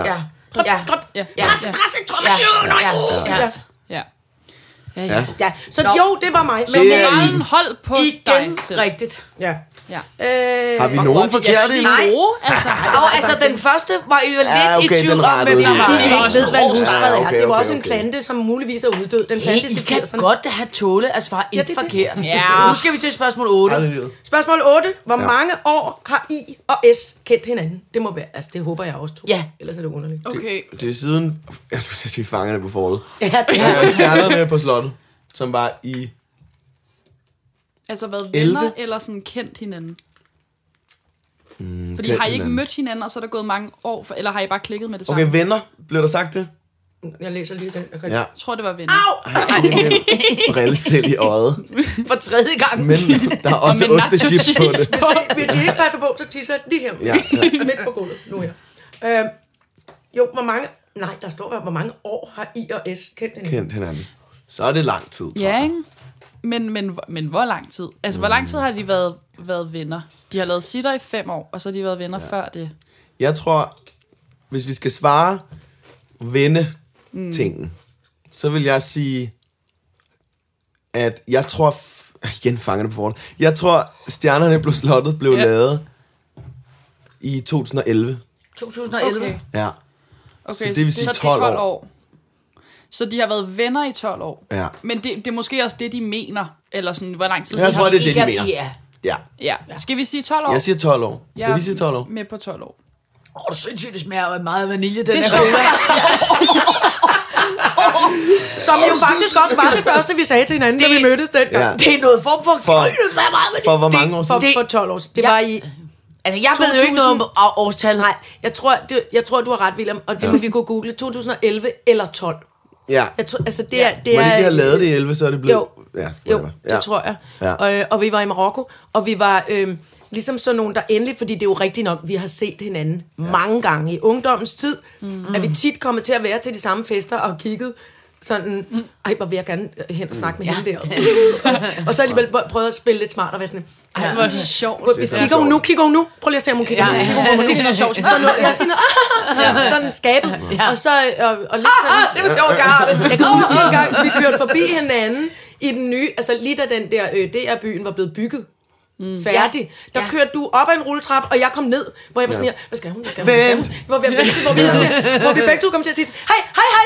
B: Ja. Så jo, det var mig.
E: Men moralen hold på
C: igen
E: dig selv.
C: Rigtigt.
B: Ja.
D: Har vi nogen forkerte?
C: Nej. Altså den første var jo lidt i tvivl om, hvad vi var.
B: De ikke ved, hvad lustfred er. Det var også en plante, som muligvis er uddød. Den fandtes i 80'erne.
C: I kan godt have tåle at svare et forkert.
E: Ja.
C: Nu skal vi til spørgsmål 8.
B: Spørgsmål 8. Hvor mange år har I og S kendt hinanden? Det må være, altså det håber jeg også 2.
C: Ja.
B: Ellers er det underligt.
E: Okay.
D: Det er siden, jeg skulle sige fangerne på fortet.
B: Ja, det er.
D: Stjernerne på slottet, som var i...
E: Altså været
D: 11?
E: venner eller sådan kendt hinanden? Fordi har I ikke mødt hinanden, og så er der gået mange år, eller har I bare klikket med det samme?
D: Okay, venner, blev der sagt det?
B: Jeg læser lige den.
D: Ja.
E: Jeg tror, det var venner.
B: Au!
D: Brillestil i øjet.
C: For 3. gang.
D: Men der er også ostechips på det.
B: Hvis I ikke passer på, så tisser jeg lige her.
D: Ja.
B: Midt på gulvet, nu her. Jo, hvor mange... Nej, der står hvor mange år har I og S kendt hinanden?
D: Så er det lang tid, tror
E: Ja,
D: jeg.
E: ikke? Men hvor lang tid? Altså, hvor lang tid har de været venner? De har lavet sitter i 5 år, og så har de været venner før det.
D: Jeg tror, hvis vi skal svare venne-tingen, så vil jeg sige, at jeg tror... Igen fangerne på fortet. Jeg tror, Stjernerne på slottet blev lavet i 2011.
C: 2011?
E: Okay.
D: Ja.
E: Okay,
D: så det vil sige 12 år.
E: Så de har været venner i 12 år.
D: Ja.
E: Men det er måske også det, de mener. Eller sådan, hvor lang tid
D: Jeg
E: de
D: tror,
E: har...
D: det er det, de mener.
C: Ja.
E: Ja. Skal vi sige 12 år?
D: Jeg siger 12 år.
E: Jeg
D: Kan vi sige 12 år?
E: med på 12 år.
C: Det er sindssygt, det smager meget vanilje, den
E: Det
C: her
E: er
C: cola.
B: Som jo faktisk også var det første, vi sagde til hinanden, da vi mødtes den gang.
D: Ja.
C: Det er noget form for... Det smager meget vanilje.
D: For hvor mange år siden?
B: For 12 år siden. Det var i...
C: Altså, jeg ved jo ikke noget om årstal.
B: Nej, jeg tror, du har ret, William, og det må vi kunne google. 2011 eller 12.
D: Ja.
B: Jeg tror, altså, det
D: Må
B: er...
D: de ikke have lavet det i 11, så er det blevet...
B: Jo,
D: ja,
B: jo det tror jeg.
D: Ja.
B: Og vi var i Marokko, og vi var ligesom sådan nogen, der endelig, fordi det er jo rigtigt nok, vi har set hinanden mange gange i ungdommens tid, at vi tit kommer til at være til de samme fester og kigget sådan, ej, hvor vil jeg gerne hen og snakke med hende der. Og så alligevel prøvet at spille lidt smart og være sådan,
E: Ej, hvor sjovt.
B: hvis kigger hun nu? Prøv lige at se, om hun kigger nu.
E: Sig noget sjovt.
B: Så jeg siger noget, sådan skabet. Og så, og lidt sådan.
C: Det var sjovt, jeg har det.
B: Jeg kan huske en gang, vi kørte forbi hinanden i den nye, altså lige da den der DR-byen var blevet bygget. Færdig. Der kørte du op ad en rulletrap, og jeg kom ned, hvor jeg var sådan her, hvad skal hun? Hvor vi begge to kom til at sige, hej.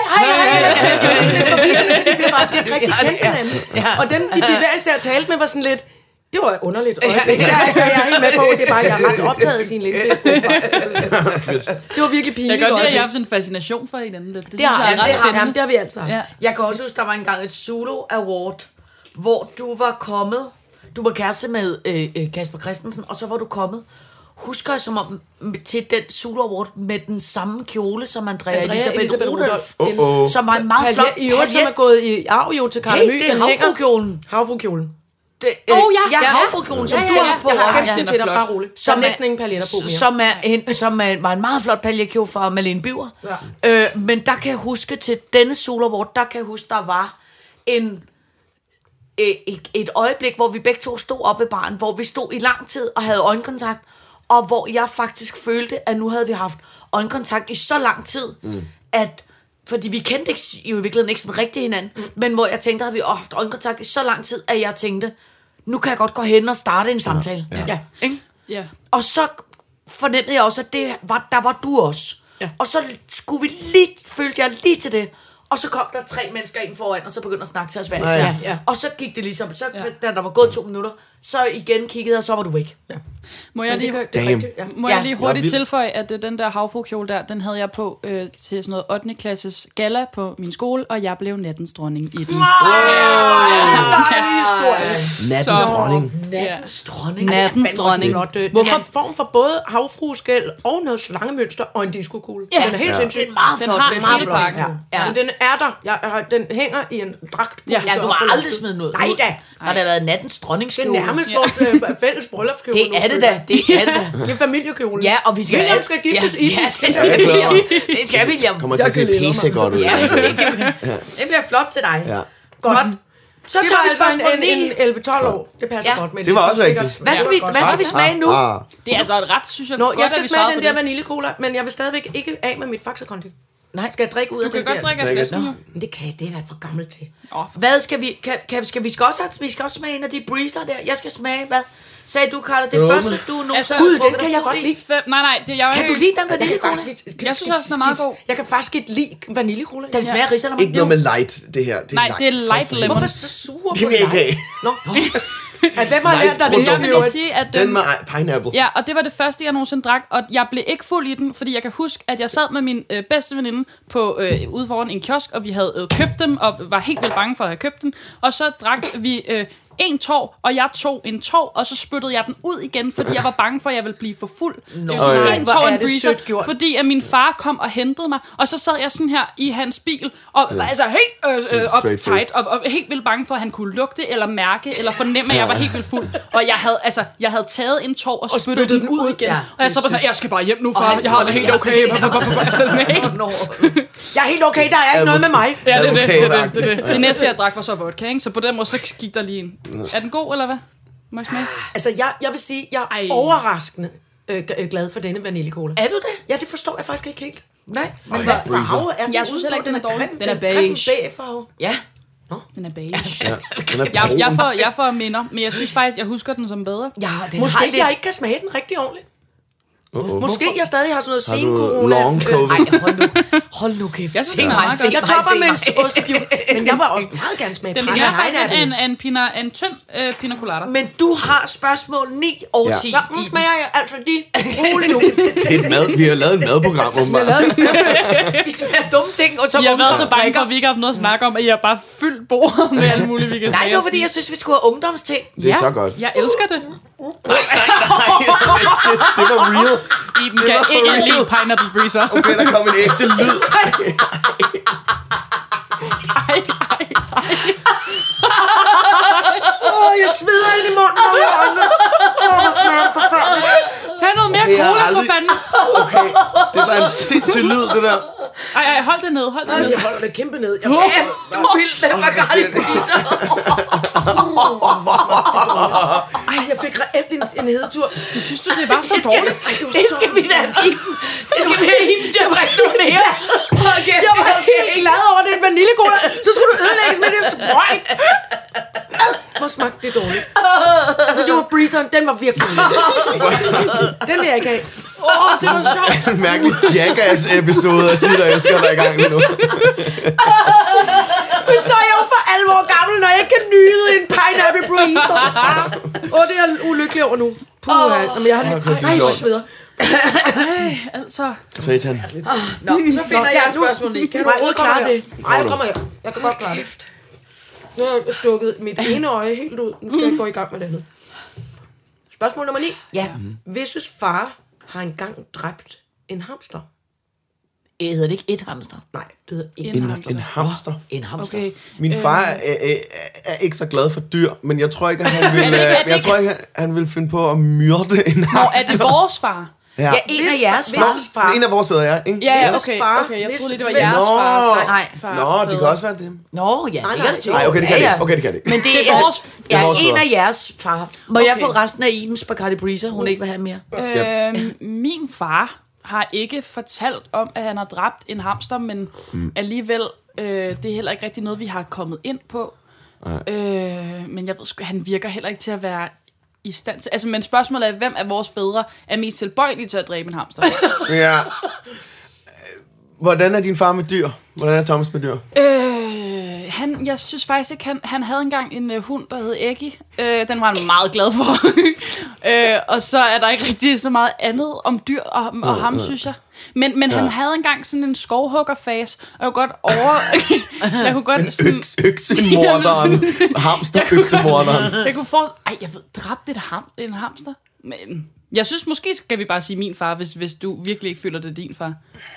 B: Vi blev faktisk ikke rigtig kendt hinanden. Og dem, de bevægelser, jeg talte med, var sådan lidt, det var underligt. Jeg er helt med på, det er bare, jeg er ret optaget af sin Lindqvist. Det var virkelig pinligt.
E: Jeg kan godt lide, at jeg har haft en fascination for hinanden. Det synes jeg er ret spændende.
B: Jamen, det har vi altså.
E: Ja.
C: Jeg kan også huske, der var engang et Zulu Award, hvor du var kommet. Du var kæreste med Kasper Christensen, og så var du kommet. Husker jeg som om til den Zulu Award med den samme kjole som Andrea Elisabeth Rudolph, som var en meget flot
B: i øvrigt, som er gået i arv jo til Karla Høgh.
C: Det er havfrukjolen.
B: Havfrukjolen.
C: Havfrukjolen, som du har på.
B: Jeg har gemt den til dig, bare roligt. Som næsten ingen paljetter på mere.
C: Som var en meget flot paljetkjole fra Malene Biver. Men der kan jeg huske til denne Zulu Award, der kan jeg huske, der var et øjeblik, hvor vi begge to stod op ved baren, hvor vi stod i lang tid og havde øjenkontakt, og hvor jeg faktisk følte, at nu havde vi haft øjenkontakt i så lang tid, at, fordi vi kendte jo i virkeligheden ikke sådan rigtig hinanden, men hvor jeg tænkte, at vi haft øjenkontakt i så lang tid, at jeg tænkte, nu kan jeg godt gå hen og starte en samtale. Ja. Ikke?
E: Ja.
C: Og så fornemmede jeg også, at der var du også. Ja. Og så følte jeg lige til det. Og så kom der 3 mennesker ind foran, og så begyndte at snakke til os hver især. Ja. Og så gik det ligesom, da der var gået 2 minutter, så igen kiggede jeg, og så var du væk. Ja.
E: Må jeg lige hurtigt tilføje, at den der havfrukjole der, den havde jeg på til sådan noget 8. klasses gala på min skole, og jeg blev nattens dronning i den.
D: Nattens dronning.
E: Nattens dronning.
B: Hvorfor en form for både havfrueskæld og noget slangemønster og en diskokugle. Den er helt sindssygt.
C: Det er meget flot.
E: Den har hele pakken.
B: Men den er der. Den hænger i en dragt.
C: Ja, du har aldrig smidt noget. Nej da. Har der været nattens dronningskjole?
B: Det er nærmest vores fælles bryllupskjole.
C: Det er det da. Det er
B: familiekjolen.
C: Ja, og vi skal
B: William skal giftes i.
C: Ja, det skal William.
D: Kommer til at se pisse godt ud.
C: Det bliver flot til dig.
D: Ja.
C: Godt. Så tager vi
B: spørgsmål 11-12 år. Det passer godt med det.
D: Det var også rigtigt.
C: Hvad skal vi smage nu?
E: Det er altså et ret, synes jeg.
B: Jeg skal smage den der vaniljecola, men jeg vil stadigvæk ikke af med mit Faxe-konti. Nej, skal jeg drikke ud af den der?
E: Du kan godt drikke af flasken.
B: Men det kan jeg, det er da for gammelt til.
C: Hvad skal vi... Vi skal også smage en af de breezer der. Jeg skal smage, hvad? Sagde du, Carla, det første, du nu...
B: Altså, Gud, den kan jeg godt lide.
E: Nej, det jeg
C: kan du lide den vaniljecola?
E: Jeg synes også, den er meget god.
B: Jeg kan faktisk ikke lide vaniljecola.
C: Den smager ridser,
D: ikke noget med light, det her.
E: Nej, det er light lemon.
B: Hvorfor så sur
D: det vil jeg ikke have.
B: Nå. Ja, den var lært der det.
E: Jeg vil lige sige, at
D: den med pineapple.
E: Ja, og det var det første, jeg nogensinde drak, og jeg blev ikke fuld i den, fordi jeg kan huske, at jeg sad med min bedste veninde på ude foran en kiosk, og vi havde købt dem, og var helt vildt bange for at have købt den, og så drak vi en tår, og jeg tog en tår, og så spyttede jeg den ud igen, fordi jeg var bange for, at jeg ville blive for fuld. En tår en breezer, fordi at min far kom og hentede mig, og så sad jeg sådan her i hans bil, og altså helt uptight, og helt vildt bange for, at han kunne lugte, eller mærke, eller fornemme, at jeg var helt vildt fuld. Og jeg havde taget en tår og spyttet den ud igen. Og jeg så bare sagde, jeg skal bare hjem nu, far. Jeg har det helt okay. Jeg
B: er helt okay, der er ikke noget med mig.
E: Ja, det er det. Det næste, jeg drak, var så vodka, ikke? Så på den måde, så gik der lige en. Er den god, eller hvad? Må jeg smage?
B: Altså, jeg vil sige, jeg er overraskende glad for denne vaniljecola.
C: Er du det?
B: Ja, det forstår jeg faktisk ikke helt.
C: Nej.
B: Men hvad farve er den?
E: Jeg synes heller ikke, den er dårlig.
B: Den er beige. Farve.
C: Ja.
E: Den er beige.
D: Ja,
E: jeg får minder, men jeg synes faktisk, jeg husker den som bedre.
C: Ja,
B: måske jeg ikke kan smage den rigtig ordentligt. Måske jeg stadig har sådan noget sencorona.
D: Long covid.
C: Hold nu kæft.
E: Jeg synes, den er meget godt.
B: Jeg topper med en ostebjul, men jeg var også meget gerne smage.
E: Den ligner faktisk en tynd pina colada.
C: Men du har spørgsmål 9 og 10.
B: Så nu smager jeg altså de roligt nu.
D: Det er et mad. Vi har lavet et madprogram om
C: vi smager dumme ting, og så
E: jeg har været så bange for, at vi ikke har haft noget at snakke om, at jeg bare fyldt bordet med alt muligt, vi kan smage.
C: Nej, det var fordi, jeg synes, vi skulle have ungdomsting.
D: Det er så godt.
E: Jeg elsker det.
D: Det var real.
E: Iben kan ikke lide pineapple breezer.
D: Okay, der kom en ægte lyd.
E: Ej.
B: Jeg sveder ind i munden og i øjnene. Hvor smager det forfærdeligt.
E: Tag noget mere cola, for fanden.
D: Okay, det var en sindssyg lyd, det der.
E: Ej, hold det ned,
B: Jeg holder det kæmpe ned. Jeg
C: Du vil den Bacardi Breezer.
B: Ej, jeg fik reelt en hedetur.
E: Synes du, det var så dårligt?
C: Det skal vi da give. Det skal vi have hende til at bringe noget mere.
B: Jeg var helt glad over det vaniljekola. Så skulle du ødelægges med det sprøjt. Hvor smagte det dårligt. Altså, det var breezeren. Den var virkelig den vil jeg ikke have. Det var sjovt.
D: En mærkelig Jackass-episode af Sitter Elsker, der er i gang nu.
B: Men så er jeg jo for alvor gammel, når jeg ikke kan nyde en pineapple breezer. Det er jeg ulykkelig over nu. Jamen, jeg har det. Nej, jeg sveder.
E: Altså...
D: Satan.
C: Nå, så finder jeg et spørgsmål lige. Kan du overhovedet klare det?
B: Nej, jeg kommer her. Jeg kan godt klare det. Nu har jeg stukket mit ene øje helt ud. Nu skal jeg gå i gang med det andet. Spørgsmål nummer 9.
C: Ja.
B: Visses far har engang dræbt en hamster.
C: Hedder det ikke et hamster?
B: Nej, det hedder ikke
D: En hamster.
C: En hamster.
E: Okay.
D: Min far er ikke så glad for dyr, men jeg tror ikke, at han vil finde på at myrde en hamster.
E: Er det vores far?
D: Ja,
C: En af jeres far.
D: en af vores sæder, ja. Ikke?
E: Ja,
B: Visses
E: okay.
B: far.
E: Okay, jeg troede lige, det var
B: Hvis-
E: jeres far.
C: Nej.
D: Nå, det kan også være det.
C: Nå, ja, det kan det.
D: Nej, okay, det kan det ikke. Okay, det kan det ikke.
C: Men det
E: Det er
C: er
E: vores-
D: det er
C: ja,
D: vores
C: en
D: far.
C: af jeres far. Må jeg få resten af Ibens Bacardi Breezer? Hun ikke vil have mere.
E: Min far har ikke fortalt om, at han har dræbt en hamster, men alligevel, det er heller ikke rigtig noget, vi har kommet ind på. Men jeg ved sgu, han virker heller ikke til at være i stand til... Altså, men spørgsmålet er, hvem af vores fædre er mest tilbøjelige til at dræbe en hamster?
D: Ja. Hvordan er din far med dyr? Hvordan er Thomas med dyr?
E: Jeg synes faktisk ikke, han havde engang en hund, der hed Eggy. Den var han meget glad for. Og så er der ikke rigtig så meget andet om dyr og ham, synes jeg. Men han havde engang sådan en skovhuggerfase, og jeg kunne godt jeg kunne godt sådan...
D: Øksemorderen. Hamster-øksemorderen.
E: Jeg kunne jeg ved, dræbte en hamster? Men jeg synes, måske skal vi bare sige min far, hvis du virkelig ikke føler, det er din far.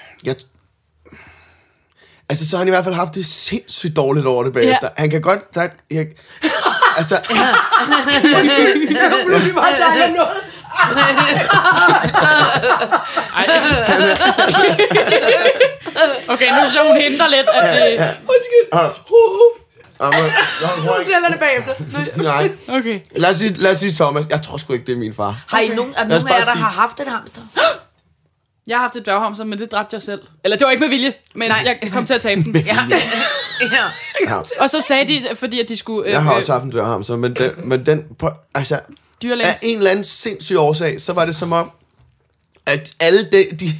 D: Altså, så har han i hvert fald haft det sindssygt dårligt over det bagefter.
E: Ja.
D: Han kan godt... Altså...
B: Pludselig bare tager noget.
E: Okay, nu så hun henter lidt, at det...
B: Undskyld.
D: Hun
B: tæller det bagefter.
D: Nej.
E: Okay.
D: Lad os sige Thomas. Jeg tror sgu ikke, det er min far.
C: Har I nogen af jer, der har haft et hamster?
E: Jeg har haft et dværghamster, men det dræbte jeg selv. Eller det var ikke med vilje, men jeg kom til at tabe den.
C: Ja.
E: Og så sagde de, fordi at de skulle...
D: Jeg har også haft en dværghamster, men den altså, af
E: dyrlægens...
D: en eller anden sindssyg årsag, så var det som om, at alle de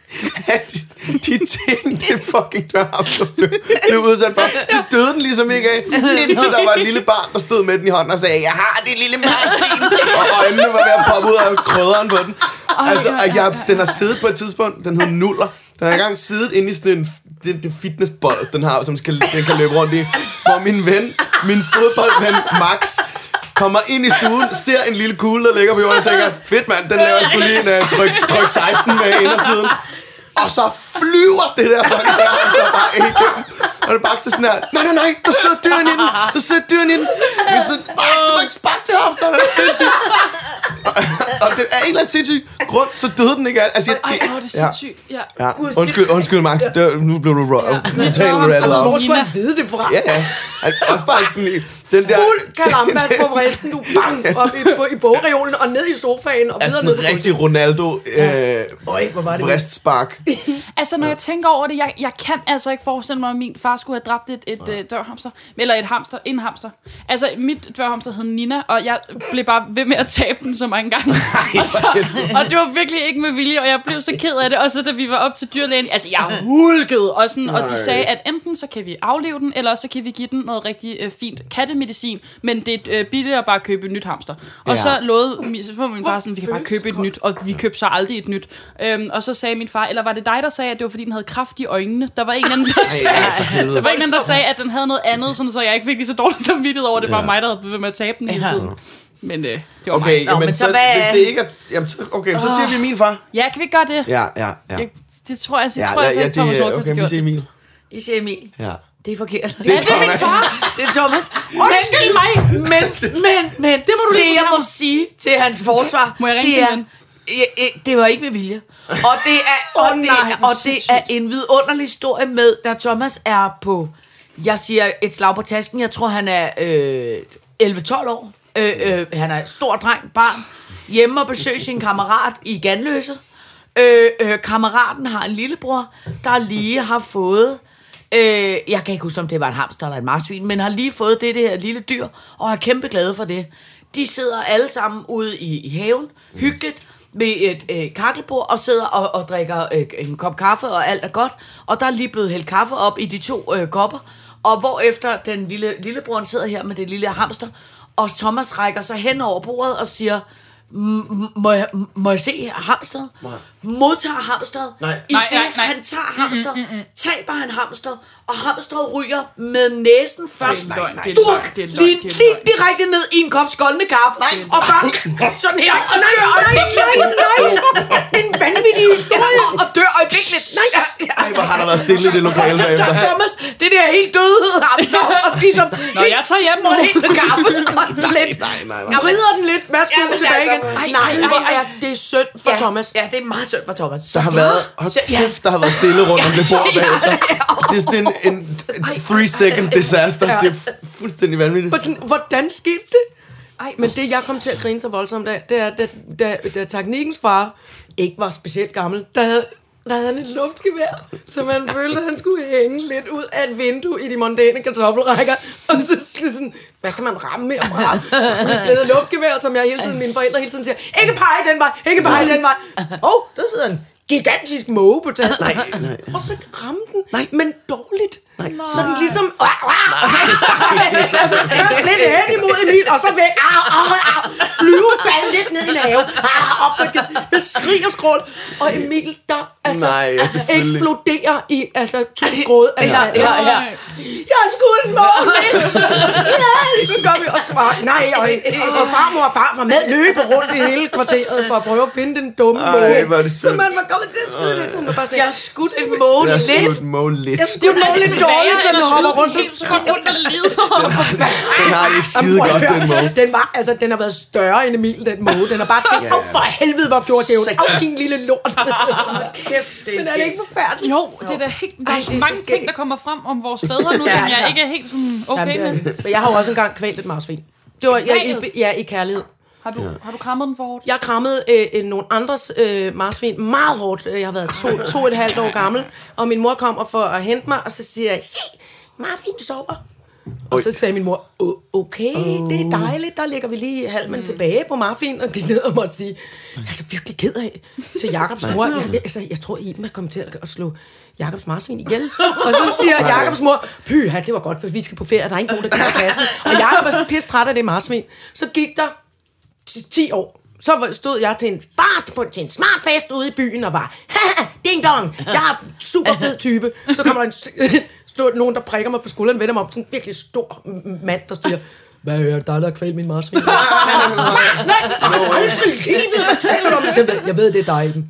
D: ting, det fucking dværghamster blev udsat for, det døde den ligesom ikke af, indtil der var et lille barn, der stod med den i hånden og sagde, jeg har det lille marsvin, og øjnene var ved at poppe ud af krydderen på den. Altså, den har siddet på et tidspunkt, den hedder Nuller. Den har engang siddet inde i sådan en fitnessbold, den har, som den kan løbe rundt i. Hvor min fodboldven Max, kommer ind i stuen, ser en lille kugle, der ligger på jorden, og tænker, fedt mand, den laver jeg sgu lige en tryk 16 med indersiden. Og så flyver det der fucking så bare igennem. Og det bare sådan her, nej, der sidder dyren i den. Vi er sådan, du må ikke sparke til ham, der er sindssygt. Og det er en eller anden sindssyg grund, så døde den ikke af. Altså,
E: det er sindssygt, ja.
D: Undskyld Max, nu blev du totalt rattet op.
B: Hvor skulle han vide det fra?
D: Ja. Også bare sådan den der...
B: Fuld kalambas på vristen, du bang op i bogreolen og ned i sofaen og videre ned på
D: rigtig Ronaldo
B: hvor var det
D: vristspark.
E: Altså, når jeg tænker over det, jeg kan altså ikke forestille mig, at min far skulle have dræbt et dværghamster. Eller en hamster. Altså, mit dværghamster hed Nina, og jeg blev bare ved med at tabe den så mange gange. Og det var virkelig ikke med vilje, og jeg blev så ked af det. Og så da vi var op til dyrlægen, altså jeg hulkede, og de sagde, at enten så kan vi aflive den, eller så kan vi give den noget rigtig fint kattemedicin, men det er billigere bare at købe et nyt hamster. Og så lovede min far sådan, vi kan bare købe et nyt, og vi købte så aldrig et nyt. Og så sagde min far, eller var det dig, der sagde, at det var fordi den havde kræft i øjnene? Der var en anden, der sagde, at den havde noget andet, sådan, så jeg ikke fik lige så dårligt samvittighed over, det var mig, der havde blevet med at tabe den hele tiden. Men det var mig.
D: Jamen, så hvis det ikke er... Jamen, så siger vi min far.
E: Ja, kan vi gøre det?
D: Ja.
E: Det tror jeg, Thomas Nordqvist
D: okay, vi siger Emil.
C: I siger Emil.
D: Ja.
C: Det er forkert.
D: Det er Thomas.
C: Det er Thomas.
E: Undskyld mig!
C: Men
E: Det må du
C: det, jeg må sige til hans forsvar,
E: Må jeg ringe
C: det
E: til
C: er,
E: hende?
C: Det var ikke med vilje. Og det er en vidunderlig historie med, da Thomas er på, jeg siger et slag på tasken, jeg tror han er 11-12 år. Han er stor dreng, barn, hjemme og besøger sin kammerat i Ganløse. Kammeraten har en lillebror, der lige har fået, jeg kan ikke huske, om det var en hamster eller et marsvin, men har lige fået det her lille dyr, og er kæmpe glade for det. De sidder alle sammen ude i haven, hyggeligt, med et kakkelbord, og sidder og drikker en kop kaffe, og alt er godt. Og der er lige blevet hældt kaffe op i de 2 kopper, og hvorefter den lillebroren sidder her med det lille hamster, og Thomas rækker sig hen over bordet og siger, må jeg se hamsteret? Modtager hamsteret. Han tager hamsteret, taber han hamsteret, og hamsteret ryger med næsen først. Direkte ned i en kop skoldende kaffe. Og bare sådan her. Og nej. En vanvittig historie. Og dør øjeblikkeligt.
D: Ej, hvor har der været stille i det lokale
C: bagefter. Så Thomas, det der helt døde hamster. Og ligesom,
E: nå, jeg tager hjem nu.
C: Helt med kaffe.
D: Nej.
B: Jeg rider den lidt. Værsgo tilbage igen. Nej, det er synd for Thomas.
C: Ja, det er meget synd for Thomas.
D: Der har været stille rundt om det bord bagefter. Det er sådan en 3-second disaster. Det er fuldstændig vanvittigt.
B: Hvordan skete det? Men det, jeg kom til at grine så voldsomt af, det er, da Teknikkens far ikke var specielt gammel, der havde han et luftgevær, som han følte, at han skulle hænge lidt ud af et vindue i de mondæne kartoffelrækker. Og så sådan, hvad kan man ramme mere fra? Et luftgevær, som mine forældre hele tiden siger, ikke pege den vej. Der sidder en gigantisk måge på taget.
D: Nej.
B: Og så ramme den, men dårligt. Sådan ligesom altså først lidt hen imod Emil, og så væk flyve, falde lidt ned i en have, med skrig og skrål, og Emil der eksploderer i 2 gråd. Jeg har skudt en måge lidt. Og så nej, og farmor og farfar med løbe rundt i hele kvarteret for at prøve at finde den dumme måge. Så man var kommet til at skyde lidt. Jeg har skudt en måge lidt.
D: Jeg har skudt en måge lidt.
B: Dårligt, så den hopper rundt og lider.
D: Den har ikke skide godt, den måge.
B: Den har været større end Emil, den måge. Den har bare tænkt, for helvede, hvor gjorde det jo. Din lille lort.
C: Kæft,
B: men er det ikke forfærdeligt?
E: Jo, det er da helt... Der er mange ting, der kommer frem om vores fædre nu, som jeg ikke er helt sådan okay med.
B: Men jeg har jo også engang kvalt et marsvin. Det var i kærlighed.
E: Har du krammet den for hårdt?
B: Jeg krammede nogle andres marsvin meget hårdt. Jeg har været 2,5 år gammel, og min mor kommer for at hente mig, og så siger jeg, marsvin sover. Og så sagde min mor, okay, det er dejligt, der ligger vi lige halmen tilbage på marfin, og gik ned og måtte sige, jeg er så virkelig ked af til Jakobs mor. Jeg tror, Iben er kommet til at slå Jakobs marsvin ihjel. Og så siger Jakobs mor, pyha, det var godt, for vi skal på ferie, der er ikke nogen, der kan kassen. Og Jakob er så pisse træt af det marsvin. Så gik der 10 år. Så stod jeg til en smart fest ude i byen og var, ding dong, jeg er super fed type. Så kommer der nogen, der prikker mig på skulderen, vender mig om, sådan en virkelig stor mand, der siger, hvad er det, der har kvalt min marsvin? Nej, aldrig i livet, hvad taler du om? Jeg ved, det er dig, Iben.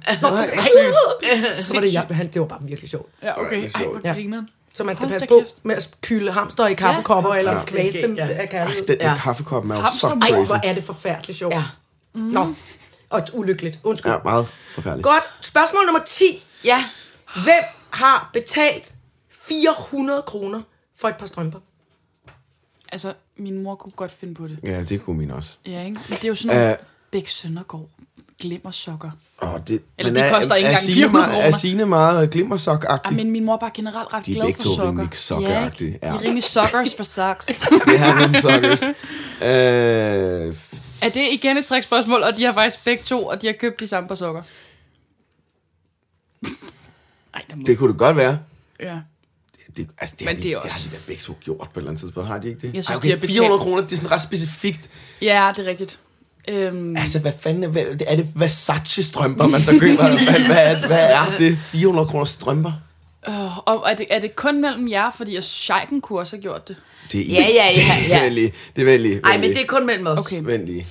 B: Så var det var bare virkelig sjovt.
E: Ja, okay. Ej, hvor griner.
B: Så man skal passe på med at kylde hamster i kaffekopper, eller kvæse dem af kærlighed.
D: Den med kaffekoppen er jo så crazy.
B: Ej, hvor er det forfærdeligt sjovt. Ja. Nå, og ulykkeligt. Undskyld.
D: Ja, meget forfærdeligt.
B: Godt. Spørgsmål nummer 10. Ja. Hvem har betalt 400 kroner for et par strømper?
E: Altså, min mor kunne godt finde på det.
D: Ja, det kunne min også.
E: Ja, ikke? Men det er jo sådan noget Bæk Søndergaard glimmersokker.
D: Eller
E: det koster ikke engang 400 kroner.
D: Er Signe meget glimmersok-agtig?
E: Ja, men min mor er bare generelt ret glad for sokker.
D: De er begge to rimelig
E: De er rimelig sokkers for socks.
D: Det er rimelig sokkers.
E: Er det igen et trickspørgsmål, og de har faktisk begge to, og de har købt de samme par sokker?
D: Det kunne det godt være.
E: Ja.
D: Det har de da begge to gjort på et eller andet tidspunkt. Har de ikke det?
E: Jeg synes,
D: de har 400 kroner, det er sådan ret specifikt.
E: Ja, det er rigtigt.
D: Altså, hvad fanden er det Versace-strømper, man så køber? hvad er det? 400 kroner strømper?
E: Og er det kun mellem jer? Fordi Scheiken kunne også have gjort det.
C: Det er venlige. Nej, men det er kun mellem os.
E: Okay.
D: Venlige.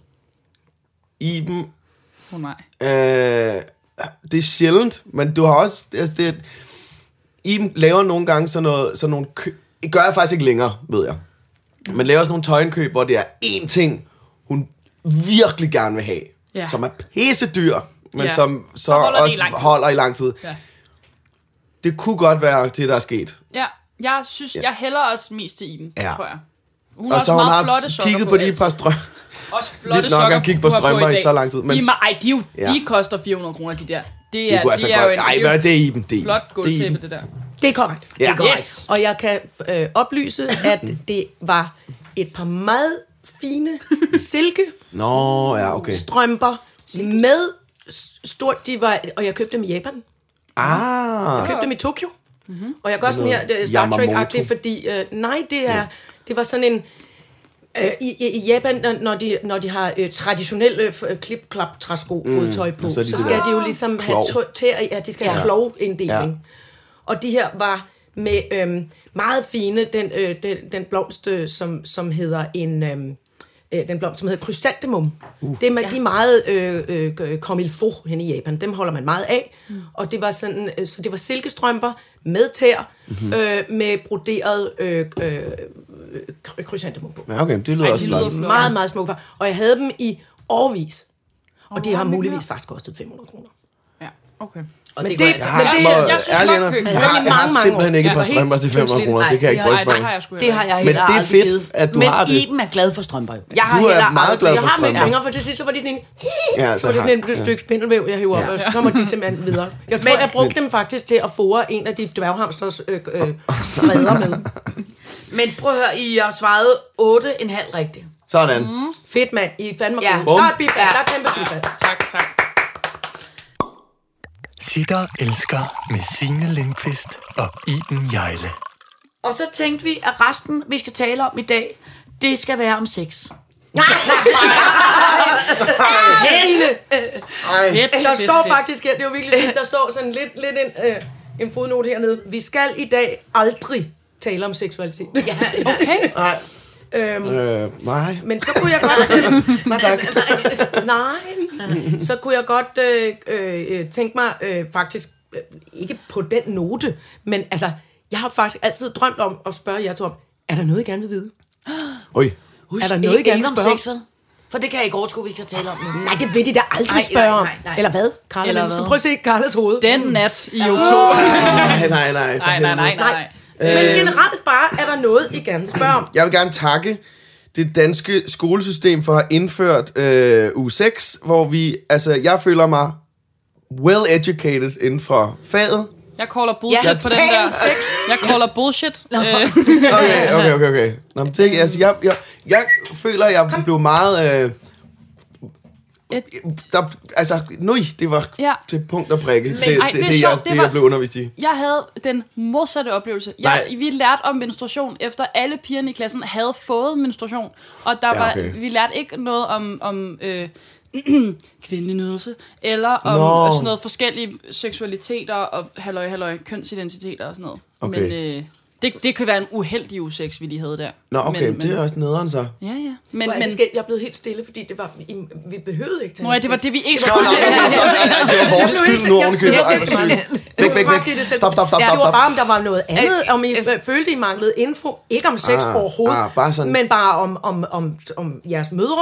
D: Iben.
E: Nej.
D: Det er sjældent, men du har også... Altså, Iben laver nogle gange sådan nogle gør jeg faktisk ikke længere, ved jeg. Men laver også nogle tøjindkøb, hvor det er én ting, hun virkelig gerne vil have. som er pissedyr, men som så
E: holder
D: også holder i lang tid.
E: Ja.
D: Det kunne godt være det, der er sket.
E: Ja, jeg synes, jeg hælder også mest til Iben, tror jeg. Hun
D: og
E: har
D: så
E: også
D: hun
E: meget
D: har
E: flotte sokker
D: kigget på de par strømper.
E: Også flotte
D: Lidt nok
E: sokker,
D: at kigge på strømper i så lang tid. Men
E: de koster 400 kroner, de der. Det
D: er jo en
E: det er flot gulvtæppe, det der.
B: Det er korrekt.
D: Ja.
B: Det er korrekt.
E: Yes.
B: Og jeg kan oplyse, at det var et par meget fine silkestrømper med stort, og jeg købte dem i Japan. Jeg købte dem i Tokyo. Mm-hmm. Og jeg gør sådan her Star Trek-agtigt, fordi det var sådan en i Japan, når de har traditionelle klip-klap-træsko fodtøj på, så skal de jo ligesom have de skal have plov-inddeling. Og de her var med meget fine, den blomst, som hedder den blomst, som hedder krysantemum. De er meget comme il faut hen i Japan. Dem holder man meget af. Og det var sådan, så det var silkestrømper med tær, med broderet krysantemum på.
D: Ja, okay, det lyder også flot.
B: Meget, meget smukt. Og jeg havde dem i årevis. Og de har muligvis faktisk kostet 500 kroner.
E: Ja, okay.
B: Men det
E: jeg
D: har simpelthen ikke et par strømper til 500 kroner. Det kan jeg ikke bryste mig.
C: Det har jeg
D: men
C: heller
D: det er fedt, at du har det.
C: Men Iben er glad for strømper.
D: Du er meget glad for strømper.
B: Jeg har med for til sidst, så var de sådan en... så var det sådan et stykke spindelvæv, jeg hæver op. Så må de simpelthen videre. Jeg tror, jeg brugte dem faktisk til at fodre en af de dværghamsters redder med.
C: Men prøv at høre, I har svaret 8,5 rigtigt.
D: Sådan.
B: Fedt, mand. I fandme
C: ja.
B: gode. Der er et bifald. Der er kæmpe bifald.
E: Tak.
A: Sitter elsker med Signe Lindqvist og Iben Hjejle.
C: Og så tænkte vi, at resten, vi skal tale om i dag, det skal være om sex.
B: Der står faktisk her, det er jo virkelig fint, der står sådan lidt en fodnote hernede. Vi skal i dag aldrig tale om seksualitet.
E: Okay.
D: Nej.
B: Men så kunne jeg godt... Så kunne jeg godt tænke mig faktisk, ikke på den note, men altså, jeg har faktisk altid drømt om at spørge jer to om, er der noget, I gerne vil vide?
D: Oj.
B: Er der noget, I gerne vil spørge om?
C: Sex, vel? For det kan jeg ikke overskue, vi kan tale om nu.
B: Nej, det vil de da aldrig spørge om. Nej. Eller hvad? Carla, vi skal prøve at se Carlas hoved.
E: Den nat i oktober.
D: Nej.
B: Men generelt bare, er der noget, I gerne vil spørge om?
D: Jeg vil gerne takke det danske skolesystem for at have indført uge 6, hvor jeg føler mig well-educated inden for faget.
E: Jeg caller bullshit på den der. Jeg caller bullshit.
D: Okay. Nå, men det, altså, jeg føler, at jeg blev meget... det var til punkt og prikke. Det jeg blev undervist i.
E: Jeg havde den modsatte oplevelse. Vi lærte om menstruation, efter alle pigerne i klassen havde fået menstruation. Og vi lærte ikke noget om kvindelig nydelse, eller om sådan noget forskellige seksualiteter og halløj, kønsidentiteter og sådan noget.
D: Okay.
E: Men det kan være en uheldig usex, vi lige havde der.
D: Nå, okay, men det er også nederen så.
E: Ja.
B: Men jeg er blevet helt stille, fordi det var, vi behøvede ikke tage
E: det var det, vi ikke skulle
D: sige. Det var vores skyld nu ovenikøbet. Væk. Stop.
B: Det var bare, om der var noget andet, om I følte, I manglede info. Ikke om sex overhovedet,
D: bare sådan.
B: men bare om jeres mødre.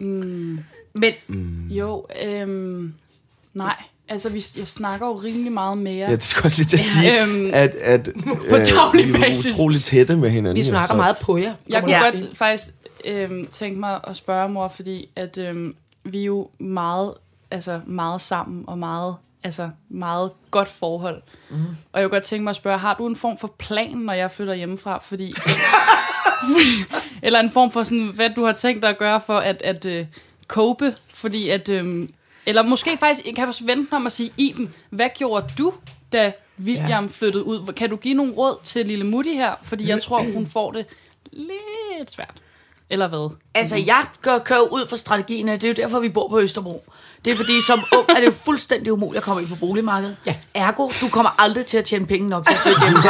E: Nej. Altså, jeg snakker jo rimelig meget med jer.
D: Ja, det skal også lige til at sige, at
E: på daglig
D: vi
E: basis.
D: er utroligt tætte med hinanden.
B: Vi snakker meget på jer.
E: Jeg kunne godt faktisk tænke mig at spørge, mor, fordi at vi er jo meget sammen og meget godt forhold. Mm. Og jeg kunne godt tænke mig at spørge, har du en form for plan, når jeg flytter hjemmefra? Fordi eller en form for sådan, hvad du har tænkt dig at gøre for at cope? Fordi at... eller måske faktisk, kan jeg vente om at sige, Iben, hvad gjorde du, da William flyttede ud? Kan du give nogle råd til lille Mutti her? Fordi jeg tror, hun får det lidt svært. Eller hvad?
C: Altså, jeg kører ud fra strategien, det er jo derfor, vi bor på Østerbro. Det er fordi, som ung er det jo fuldstændig umuligt at komme ind på boligmarkedet. Ja. Ergo, du kommer aldrig til at tjene penge nok til at flytte hjemme.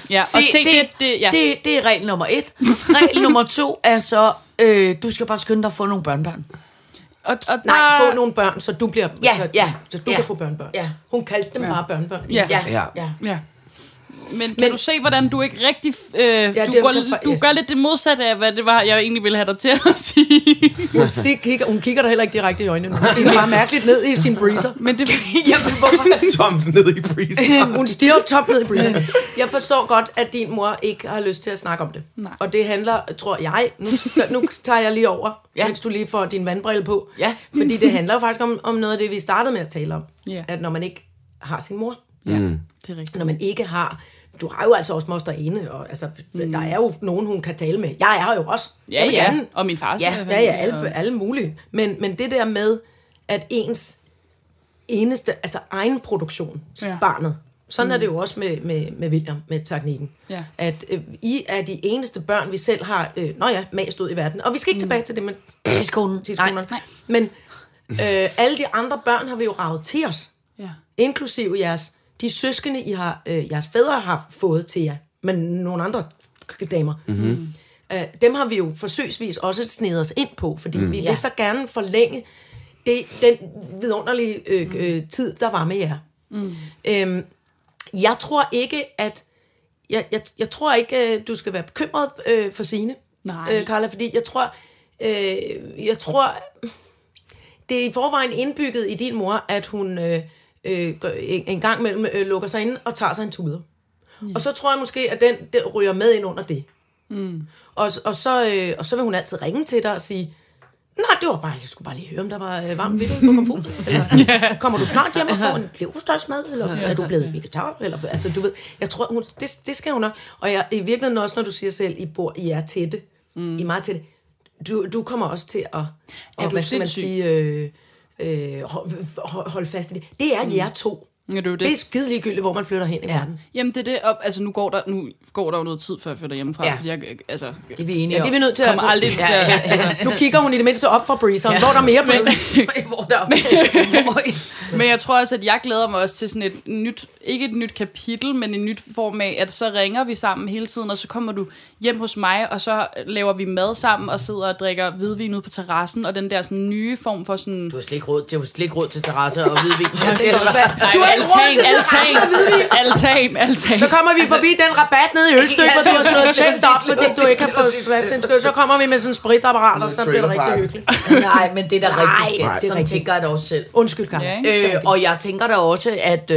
C: Det er regel nummer 1. Regel nummer 2 er så, du skal bare skynde dig at få nogle børnebørn.
B: Få nogle børn, så du bliver så du kan få børnebørn. Ja. Hun kaldte dem bare børnebørn.
E: Ja. Men kan du se, hvordan du ikke rigtig... du gør lidt det modsatte af, hvad det var, jeg egentlig ville have dig til at sige.
B: Hun kigger der heller ikke direkte i øjnene. Hun kigger bare mærkeligt ned i sin breezer.
E: Men det...
D: Tomt ned i breezer.
B: Hun stirrer tomt ned i breezer. Jeg forstår godt, at din mor ikke har lyst til at snakke om det.
E: Nej.
B: Og det handler, tror jeg... Nu tager jeg lige over, mens du lige får din vandbrille på.
C: Ja.
B: Fordi det handler jo faktisk om noget af det, vi startede med at tale om.
E: Ja.
B: At når man ikke har sin mor...
E: Ja, det er rigtigt.
B: Når man ikke har... Du har jo altså også mosterinde, og altså, der er jo nogen, hun kan tale med. Jeg er her jo også.
E: Ja, og min far.
B: Alle mulige. Men det der med, at ens eneste, altså egen produktion, barnet, sådan er det jo også med William, med teknikken. Ja. At I er de eneste børn, vi selv har, mast ud i verden. Og vi skal ikke tilbage til det med tidskonen.
E: Nej.
B: Men alle de andre børn har vi jo raget til os. Ja. Inklusive de søskende, jeres fædre har fået til jer, men nogle andre damer. Mm-hmm. Dem har vi jo forsøgsvis også snedet os ind på, fordi vi vil så gerne forlænge den vidunderlige tid, der var med jer. Jeg tror ikke, at jeg tror ikke, du skal være bekymret for Signe, Carla, fordi jeg tror, det er i forvejen indbygget i din mor, at hun en gang mellem lukker sig ind og tager sig en tuder. Og så tror jeg måske, at den ryger med ind under det. Og så vil hun altid ringe til dig og sige, nej, det var bare, jeg skulle bare lige høre, om der var varmt ved på komfusen. Eller kommer du snart hjem og får en leverpostejsmad? Eller er du blevet vegetar? Eller, altså, du ved, jeg tror, det skal hun nok. Og i virkeligheden også, når du siger selv, I er tætte. I er meget tætte. Du kommer også til at hvad skal man sige, holde fast i det. Det er jer to.
E: Ja, det
B: er skide ligegyldigt, hvor man flytter hen i verden.
E: Jamen, det er det. Altså, nu går der jo noget tid, før jeg flytter hjemmefra, fordi jeg, altså...
C: Det er vi enige om.
B: Det er vi nødt til
E: kommer aldrig til at...
B: Altså. Nu kigger hun i det mindste op for breezeren. Hvor der er mere breezer?
E: Men jeg tror også, at jeg glæder mig også til sådan et nyt... Ikke et nyt kapitel, men en nyt form af, at så ringer vi sammen hele tiden, og så kommer du hjem hos mig, og så laver vi mad sammen, og sidder og drikker hvidvin ude på terrassen, og den der sådan nye form for sådan...
C: Du har slet ikke råd til terrasse og hvidvin.
E: Du har altan.
B: Så kommer vi forbi den rabat nede i Ølstykke, hvor du har stået tæt op, fordi du ikke har fået plads. Så kommer vi med sådan en spritapparat, og så bliver det rigtig hyggeligt.
C: Nej, men det er da rigtig skægt. Sådan tænker jeg da også selv.
B: Undskyld, Karin.
C: Og jeg tænker da også, at...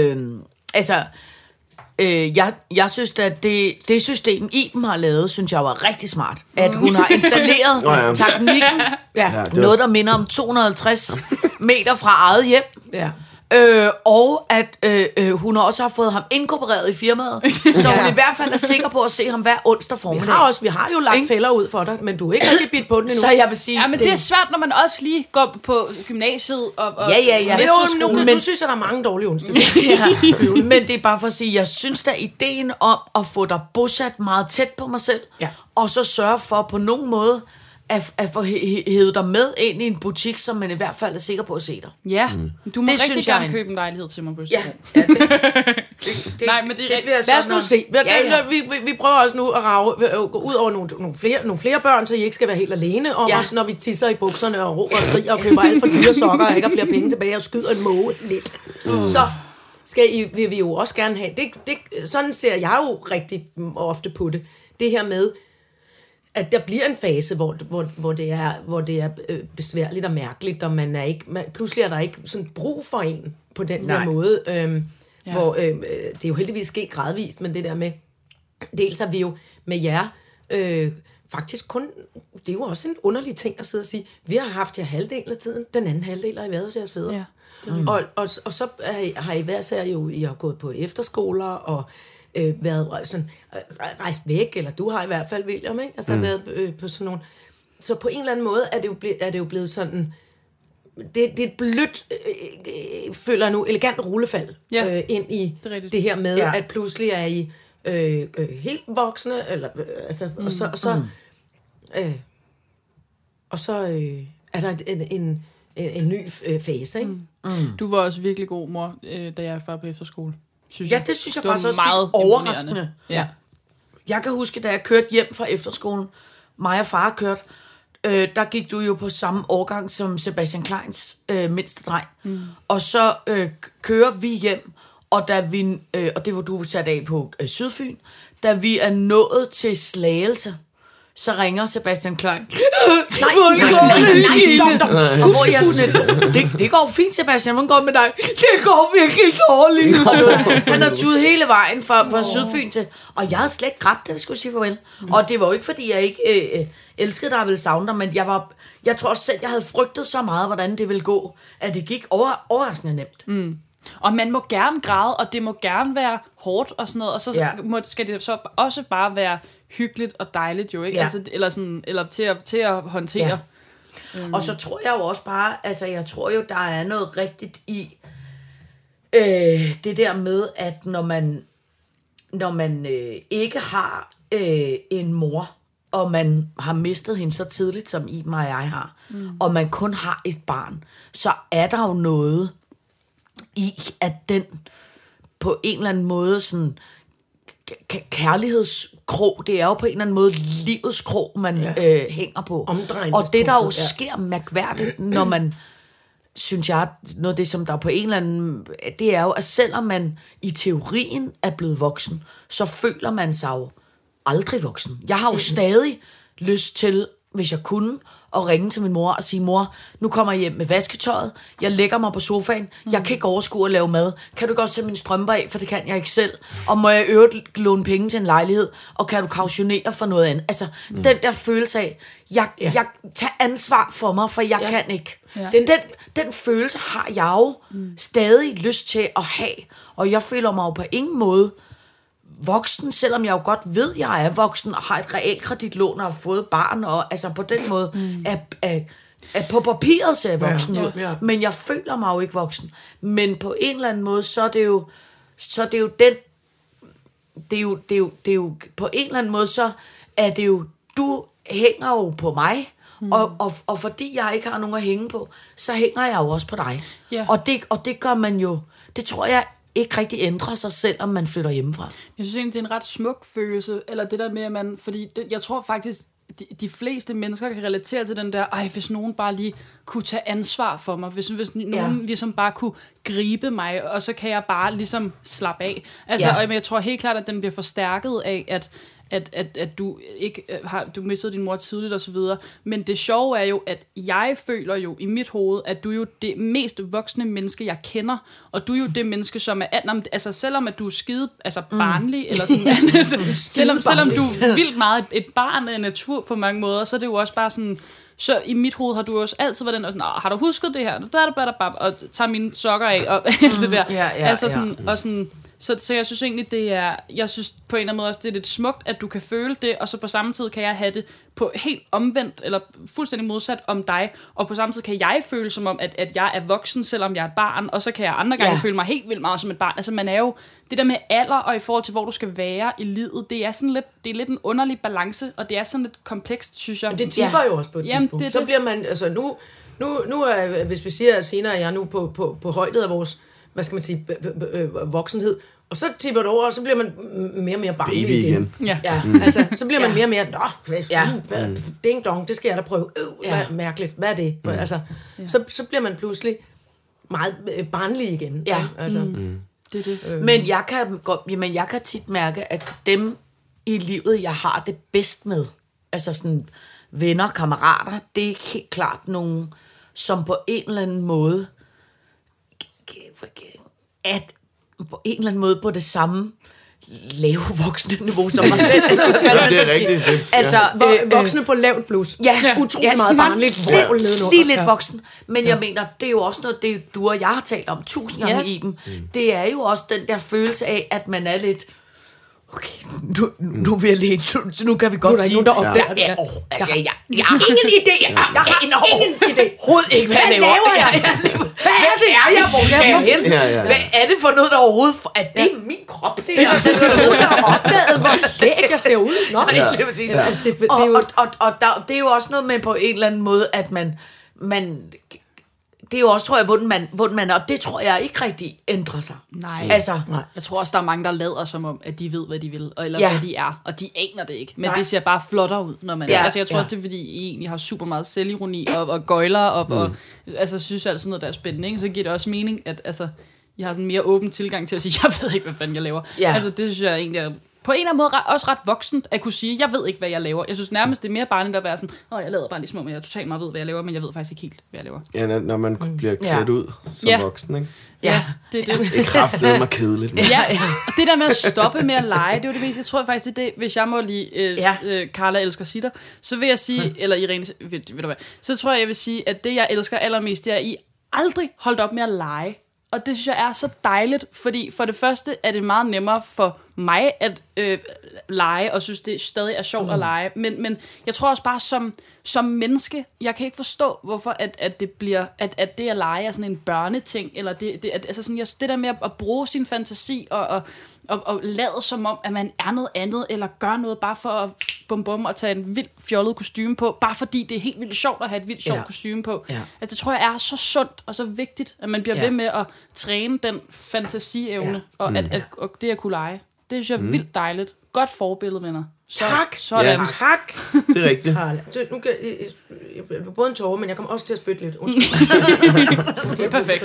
C: jeg synes, at det system, Iben har lavet, synes jeg var rigtig smart. At hun har installeret teknikken. Noget, der minder om 250 meter fra eget hjem. Ja. Og at hun også har fået ham inkorporeret i firmaet, så hun i hvert fald er sikker på at se ham hver onsdag formiddag.
B: Vi har jo lagt fælder ud for dig, men du er ikke rigtig bidt på den endnu.
C: Så jeg vil sige...
E: Ja, men det er svært, når man også lige går på gymnasiet og
B: nu synes jeg, der er mange dårlige onsdage.
C: Men det er bare for at sige, jeg synes da ideen om at få dig bosat meget tæt på mig selv, og så sørge for på nogen måde at få hævet dig med ind i en butik, som man i hvert fald er sikker på at se dig.
E: Ja, du må rigtig gerne købe en lejlighed til mig på Østerbro.
C: Nej, men det bliver
B: lad os nu se. Vi prøver også nu at gå ud over nogle flere børn, så I ikke skal være helt alene om os, når vi tisser i bukserne og råber og skriger og køber alt for dyre sokker og ikke har flere penge tilbage og skyder en måge lidt. Så vil vi jo også gerne have... Sådan ser jeg jo rigtig ofte på det. Det her med, at der bliver en fase, hvor det er besværligt og mærkeligt, og pludselig er der ikke sådan brug for en på den der måde. Hvor det er jo heldigvis sket gradvist, men det der med, dels er vi jo med jer, faktisk kun, det er jo også en underlig ting at sidde og sige, vi har haft jer halvdelen af tiden, den anden halvdel har I været hos jeres fædre. Og så har I været så jo, I har gået på efterskoler, og været sådan, rejst væk, eller du har i hvert fald, William, ikke? Altså været på sådan nogle... Så på en eller anden måde er det jo blevet sådan... Det er et blødt, føler jeg nu, elegant rullefald ind i det her med, at pludselig er I helt voksne, eller, altså, og så er der en ny fase, ikke?
E: Du var også virkelig god, mor, da jeg var på efterskole.
C: Det synes jeg faktisk også meget overraskende. Ja. Jeg kan huske, da jeg kørte hjem fra efterskolen, mig og far kørte, der gik du jo på samme årgang som Sebastian Kleins mindste dreng. Og så kører vi hjem, og da vi, og det var du sat af på Sydfyn, da vi er nået til Slagelse, så ringer Sebastian Klein. Nej, hvor jeg sådan, det går fint, Sebastian, hvordan går det med dig? Det går virkelig dårligt. Han har tudet hele vejen fra Sydfyn til, og jeg havde slet ikke grædt, da vi skulle sige farvel. Og det var jo ikke, fordi jeg ikke elskede dig og ville savne dig, men jeg tror også selv, jeg havde frygtet så meget, hvordan det ville gå, at det gik overraskende nemt.
E: Og man må gerne græde, og det må gerne være hårdt og sådan noget, og så skal det så også bare være hyggeligt og dejligt jo, ikke? Ja. Altså, eller til at håndtere. Ja.
C: Og så tror jeg jo også bare, altså jeg tror jo, der er noget rigtigt i det der med, at når man ikke har en mor, og man har mistet hende så tidligt, som Iben og jeg har, og man kun har et barn, så er der jo noget i, at den på en eller anden måde sådan kærlighedskrog, det er jo på en eller anden måde livets krog, man hænger på. Og det der jo sker mærkværdigt, når man, synes jeg, noget af det, som der på en eller anden, det er jo, at selvom man i teorien er blevet voksen, så føler man sig jo aldrig voksen. Jeg har jo stadig lyst til, hvis jeg kunne, at ringe til min mor og sige, mor, nu kommer jeg hjem med vasketøjet, jeg lægger mig på sofaen, jeg kan ikke overskue at lave mad, kan du godt sætte mine strømper af, for det kan jeg ikke selv, og må jeg øvrigt låne penge til en lejlighed, og kan du kautionere for noget andet. Altså, den der følelse af, jeg tager ansvar for mig, for jeg kan ikke. Ja. Den følelse har jeg jo stadig lyst til at have, og jeg føler mig jo på ingen måde voksen, selvom jeg jo godt ved, at jeg er voksen, og har et realkreditlån, og har fået barn, og altså på den måde er på papiret ser jeg voksen ud. Ja. Men jeg føler mig jo ikke voksen. Men på en eller anden måde, så er det jo på en eller anden måde, så er det jo, du hænger jo på mig, og fordi jeg ikke har nogen at hænge på, så hænger jeg jo også på dig. Ja. Og det gør man jo, det tror jeg ikke rigtig ændrer sig selv, om man flytter hjemmefra. Jeg
E: synes egentlig, det er en ret smuk følelse, eller det der med, at man, fordi jeg tror faktisk, de fleste mennesker kan relatere til den der, hvis nogen bare lige kunne tage ansvar for mig, hvis nogen ligesom bare kunne gribe mig, og så kan jeg bare ligesom slappe af. Altså, og jeg tror helt klart, at den bliver forstærket af, at du ikke du mistede din mor tidligt og så videre. Men det sjove er jo, at jeg føler jo i mit hoved, at du er jo det mest voksne menneske, jeg kender, og du er jo det menneske, som er, altså selvom at du er skide, altså barnlig, eller sådan, selvom du er vildt meget et barn af natur på mange måder, så er det jo også bare sådan, så i mit hoved har du også altid været den, og sådan, har du husket det her? Og tager mine sokker af, og alt det der. Og sådan, så jeg synes egentlig, jeg synes på en eller anden måde også, det er lidt smukt, at du kan føle det, og så på samme tid kan jeg have det på helt omvendt, eller fuldstændig modsat om dig, og på samme tid kan jeg føle som om, at jeg er voksen, selvom jeg er et barn, og så kan jeg andre gange føle mig helt vildt meget som et barn. Altså man er jo, det der med alder, og i forhold til, hvor du skal være i livet, det er sådan lidt, det er lidt en underlig balance, og det er sådan lidt komplekst, synes jeg.
B: Men det tipper jo også på et tidspunkt. Så bliver man, altså nu er, hvis vi siger senere, jeg er nu på højdet af vores, hvad skal man sige, voksenhed, og så tipper det over, og så bliver man mere og mere barnlig igen. Ja. Altså, så bliver man mere og mere, ding dong, det skal jeg da prøve. Mærkeligt, hvad er det? Altså, så bliver man pludselig meget barnlig igen.
C: Ja.
B: Altså.
C: Det er det. Men jeg kan tit mærke, at dem i livet, jeg har det bedst med, altså sådan venner, kammerater, det er helt klart nogen, som på en eller anden måde at på en eller anden måde på det samme lave voksne niveau som mig selv.
D: Det er rigtigt.
B: Altså, voksne på lavt blus.
C: Ja,
B: utrolig meget barnligt vrøvl nedenunder.
C: Lige lidt voksen. Men jeg mener, det er jo også noget, det du og jeg har talt om 1000 gange i dem. Det er jo også den der følelse af, at man er lidt, okay, nu er vi alene, så nu kan vi godt sige,
B: der opdager det.
C: Jeg har ingen idé. Jeg har ingen idé. Overhovedet ikke, hvad jeg laver. Hvad er det, jeg hen? Hvad er det for noget, der overhovedet... Er det min krop, det her?
B: Der har opdaget, hvor skæg jeg ser ud. Nå,
C: og det er jo også noget med på en eller anden måde, at man det er jo også, tror jeg, hvordan man er, og det tror jeg ikke rigtig ændrer sig.
E: Nej. Altså, jeg tror også, der er mange, der lader som om, at de ved, hvad de vil, eller hvad de er, og de aner det ikke. Men det ser bare flottere ud, når man er. Altså, jeg tror også, det er, fordi I egentlig har super meget selvironi og gøjler, og altså, synes altid noget, der er spændende, ikke? Så giver det også mening, at altså, I har sådan en mere åben tilgang til at sige, jeg ved ikke, hvad fanden jeg laver.
C: Ja.
E: Altså, det synes jeg egentlig er på en eller anden måde også ret voksent at kunne sige, jeg ved ikke, hvad jeg laver. Jeg synes nærmest, det er mere barnligt at være sådan, jeg lader bare ligesom om, jeg totalt meget ved, hvad jeg laver, men jeg ved faktisk ikke helt, hvad jeg laver.
D: Ja, når man bliver klædt ud som voksen, ikke?
E: Ja, det er det.
D: Det er kraftedeme kedeligt.
E: Ja, og det der med at stoppe med at lege, det er jo det vigtigste. Jeg tror faktisk, det er det, hvis jeg må lige Carla elsker sitter, så vil jeg sige, eller Irene, ved du hvad, så tror jeg vil sige, at det jeg elsker allermest, det er, at I aldrig holdt op med at lege. Og det synes jeg er så dejligt, fordi for det første er det meget nemmere for mig at lege, og synes, det stadig er sjovt at lege. Men jeg tror også bare som menneske, jeg kan ikke forstå, hvorfor at det bliver, at det at lege er sådan en børneting, eller altså sådan, det der med at bruge sin fantasi og lade som om, at man er noget andet, eller gør noget bare for at bum og tage en vildt fjollet kostume på, bare fordi det er helt vildt sjovt at have et vildt sjovt kostume på. Ja. Altså, det tror jeg er så sundt og så vigtigt, at man bliver ved med at træne den fantasievne, og og det at kunne lege. Det synes jeg er vildt dejligt. Godt forbillede, venner.
B: Tak!
E: Sådan.
D: Ja.
B: Tak!
D: Det er rigtigt.
B: Nu kan jeg både en tårer, men jeg kommer også til at spytte lidt. Undskyld.
E: Det er perfekt.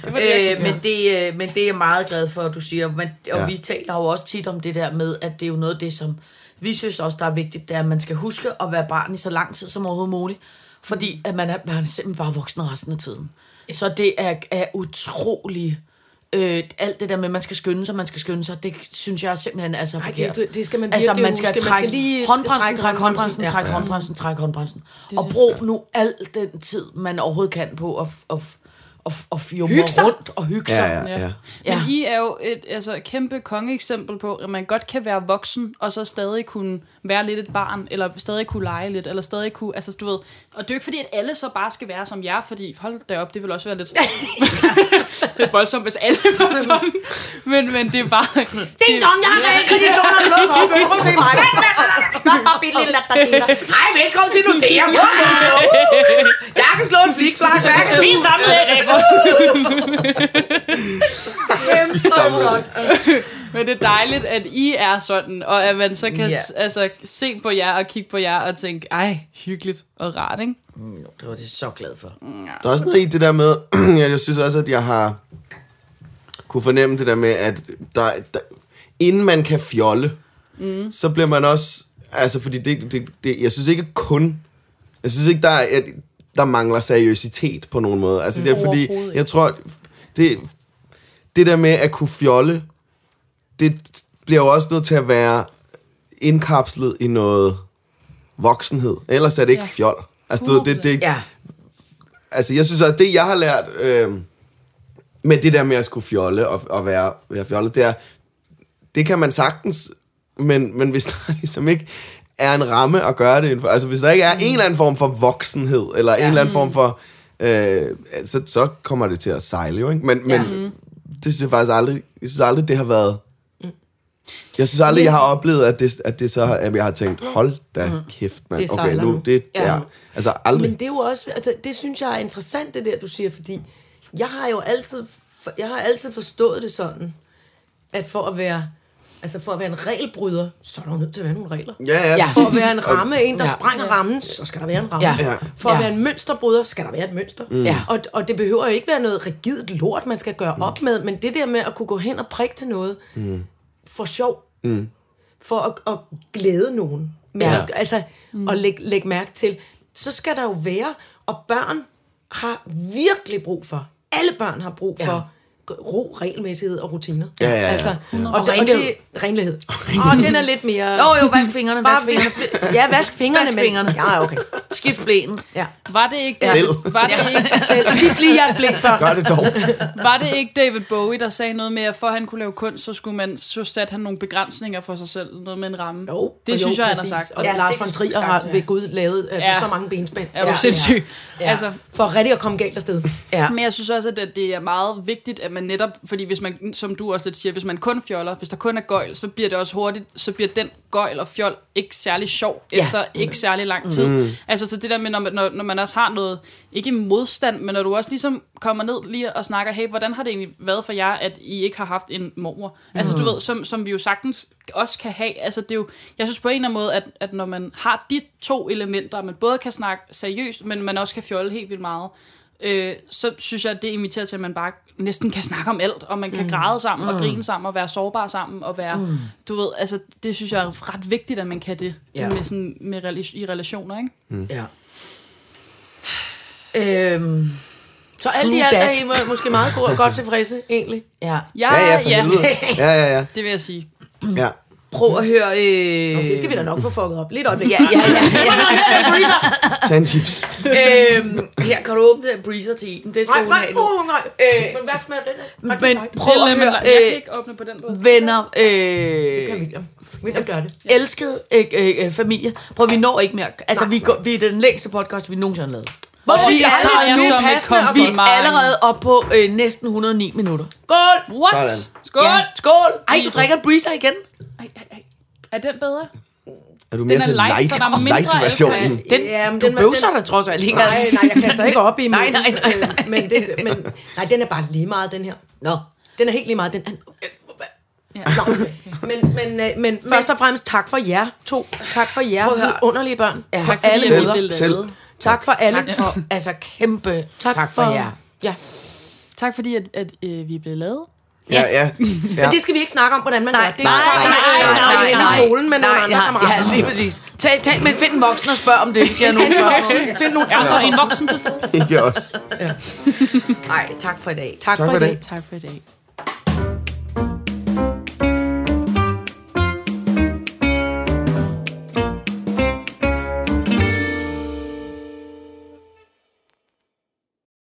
C: Men det er jeg meget glad for, at du siger. Og vi taler jo også tit om det der med, at det er jo noget af det, som vi synes også, der er vigtigt, det er, at man skal huske at være barn i så lang tid som overhovedet muligt. Fordi at man er simpelthen bare voksen resten af tiden. Så det er utrolig... alt det der med, at man skal skynde sig, det synes jeg simpelthen er så forkert.
B: Det skal man
C: altså,
B: virkelig
C: man skal
B: huske.
C: trække håndbremsen, trække håndbremsen. Og brug nu al den tid, man overhovedet kan på at fjumre rundt og hygge sig.
E: Ja. Men I er jo et kæmpe kongeeksempel på, at man godt kan være voksen, og så stadig kunne være lidt et barn, eller stadig kunne lege lidt, eller stadig kunne, altså du ved, og det er jo ikke fordi, at alle så bare skal være som jer, fordi hold da op, det vil også være lidt, lidt voldsomt, hvis alle var sådan, men det er bare...
C: Ding dong, jeg har realkreditlån, prøv at se mig. Hej, velkommen til Nordea. Jeg kan slå en flikflak.
E: Vi er samlet, Men det er dejligt, at I er sådan, og at man så kan se på jer og kigge på jer og tænke, ej, hyggeligt og rart, ikke?
C: Det var det så glad for.
D: Der er også noget i det der med, jeg synes også, at jeg har kunne fornemme det der med, at der inden man kan fjolle, så bliver man også, altså fordi det jeg synes ikke jeg synes ikke, der mangler seriøsitet på nogen måde. Altså det er fordi, jeg tror, det der med at kunne fjolle, det bliver jo også nødt til at være indkapslet i noget voksenhed. Ellers er det ikke fjol. Altså altså jeg synes at det jeg har lært med det der med at skulle fjolle og være fjollet, det kan man sagtens, men hvis der ligesom ikke er en ramme at gøre det indenfor, altså hvis der ikke er en eller anden form for voksenhed, eller en eller anden form for, så kommer det til at sejle jo, ikke? Men det synes jeg faktisk aldrig, det har været. Jeg synes aldrig, jeg har oplevet, at det så, at jeg har tænkt, hold da kæft, mand.
B: Det okay,
D: nu, det er, altså aldrig.
B: Men det er jo også, altså, det synes jeg er interessant, det der, du siger, fordi jeg har jo altid forstået det sådan, at for at være en regelbryder, så er der jo nødt til at være nogle regler.
D: Ja,
B: for at være en ramme, en der sprænger rammen, så skal der være en ramme.
D: Ja.
B: For at være en mønsterbryder, skal der være et mønster. Og det behøver jo ikke være noget rigidt lort, man skal gøre op med, men det der med at kunne gå hen og prikke til noget, for sjov, for at glæde nogen, altså at lægge mærke til, så skal der jo være, og børn har virkelig brug for, alle børn har brug for ro, regelmæssighed og rutiner. Altså, og renlighed. Og den er lidt mere...
C: Jo, vask fingrene.
B: Ja, vask fingrene. Ja, okay.
C: Skift blæen.
B: Ja.
E: Var det ikke...
B: Skift lige jeres blæ, børn.
D: Gør det dog.
E: Var det ikke David Bowie, der sagde noget med, at for at han kunne lave kunst, så satte han nogle begrænsninger for sig selv, noget med en ramme?
B: Jo,
E: det synes jeg, han har
B: præcis.
E: sagt.
B: Og Lars von Trier har ved Gud lavet så mange benspænd.
E: Er du sindssyg?
B: Altså, for rigtig at komme galt afsted.
E: Ja. Men jeg synes også, at det er meget vigtigt, at man netop, fordi hvis man, som du også siger, hvis man kun fjoller, hvis der kun er gøjl, så bliver det også hurtigt, så bliver den gøjl og fjol ikke særlig sjov, efter ikke særlig lang tid. Altså så det der med, når man også har noget, ikke modstand, men når du også ligesom kommer ned lige og snakker, hey, hvordan har det egentlig været for jer, at I ikke har haft en mormor? Altså du ved, som vi jo sagtens også kan have, altså det er jo, jeg synes på en eller anden måde, at når man har de to elementer, man både kan snakke seriøst, men man også kan fjolle helt vildt meget, så synes jeg, at det inviterer til, at man bare næsten kan snakke om alt, og man kan græde sammen, og grine sammen, og være sårbar sammen, og være, du ved, altså, det synes jeg er ret vigtigt, at man kan det, med sådan, i relationer, ikke?
C: Ja.
B: Så alt i alt er I måske meget godt tilfredse, egentlig.
C: Ja.
D: Ja, for helvede. Ja.
E: Det vil jeg sige.
D: Ja.
C: Prøv at høre...
B: Det skal vi da nok få fucket op. Lidt øjeblik.
C: Ja.
D: Tag en chips.
C: Her kan du åbne den breezer til Iben. Det skal hun have nu.
B: Nej. Men hvad smager den af?
C: Men prøv at høre...
E: Jeg kan ikke åbne på den måde.
C: Venner...
B: Det kan William gør det.
C: Elskede familie. Prøv, vi når ikke mere. Altså, vi er den længste podcast, vi nogensinde har lavet.
E: Vi er
C: allerede oppe på næsten 109 minutter.
B: Skål!
E: What? Skål!
C: Ja. Skål! Ej, du drikker en breezer igen.
E: Ej. Er den bedre?
D: Er du mere
E: Den er
D: til
E: light, så der er mindre
D: light-versionen?
C: Du bøvser dig trods alt ikke.
B: Nej, jeg kaster ikke op i
C: Nej.
B: Men den er bare lige meget, den her.
C: Nå.
B: Den er helt lige meget. Den er...
E: Ja.
B: Men først og fremmest tak for jer to. Tak for jer underlige børn.
C: Ja.
E: Tak for
B: alle
E: alle
B: møder.
D: Selv.
B: Tak for alle.
C: Tak for, altså kæmpe tak for jer.
B: Ja.
E: Tak fordi, at vi er blevet lavet.
D: Ja.
B: Men det skal vi ikke snakke om, hvordan man gør. Det
C: Nej,
B: i skolen med nogle andre kammerater.
C: Ja, lige præcis. Men find en voksen og spørg om det, hvis jeg har nogen spørgsmål.
B: Find nogle
E: andre. En voksen til stole.
D: Ikke også.
C: Nej, tak for i dag.
B: Tak for i dag.
E: Tak for i dag.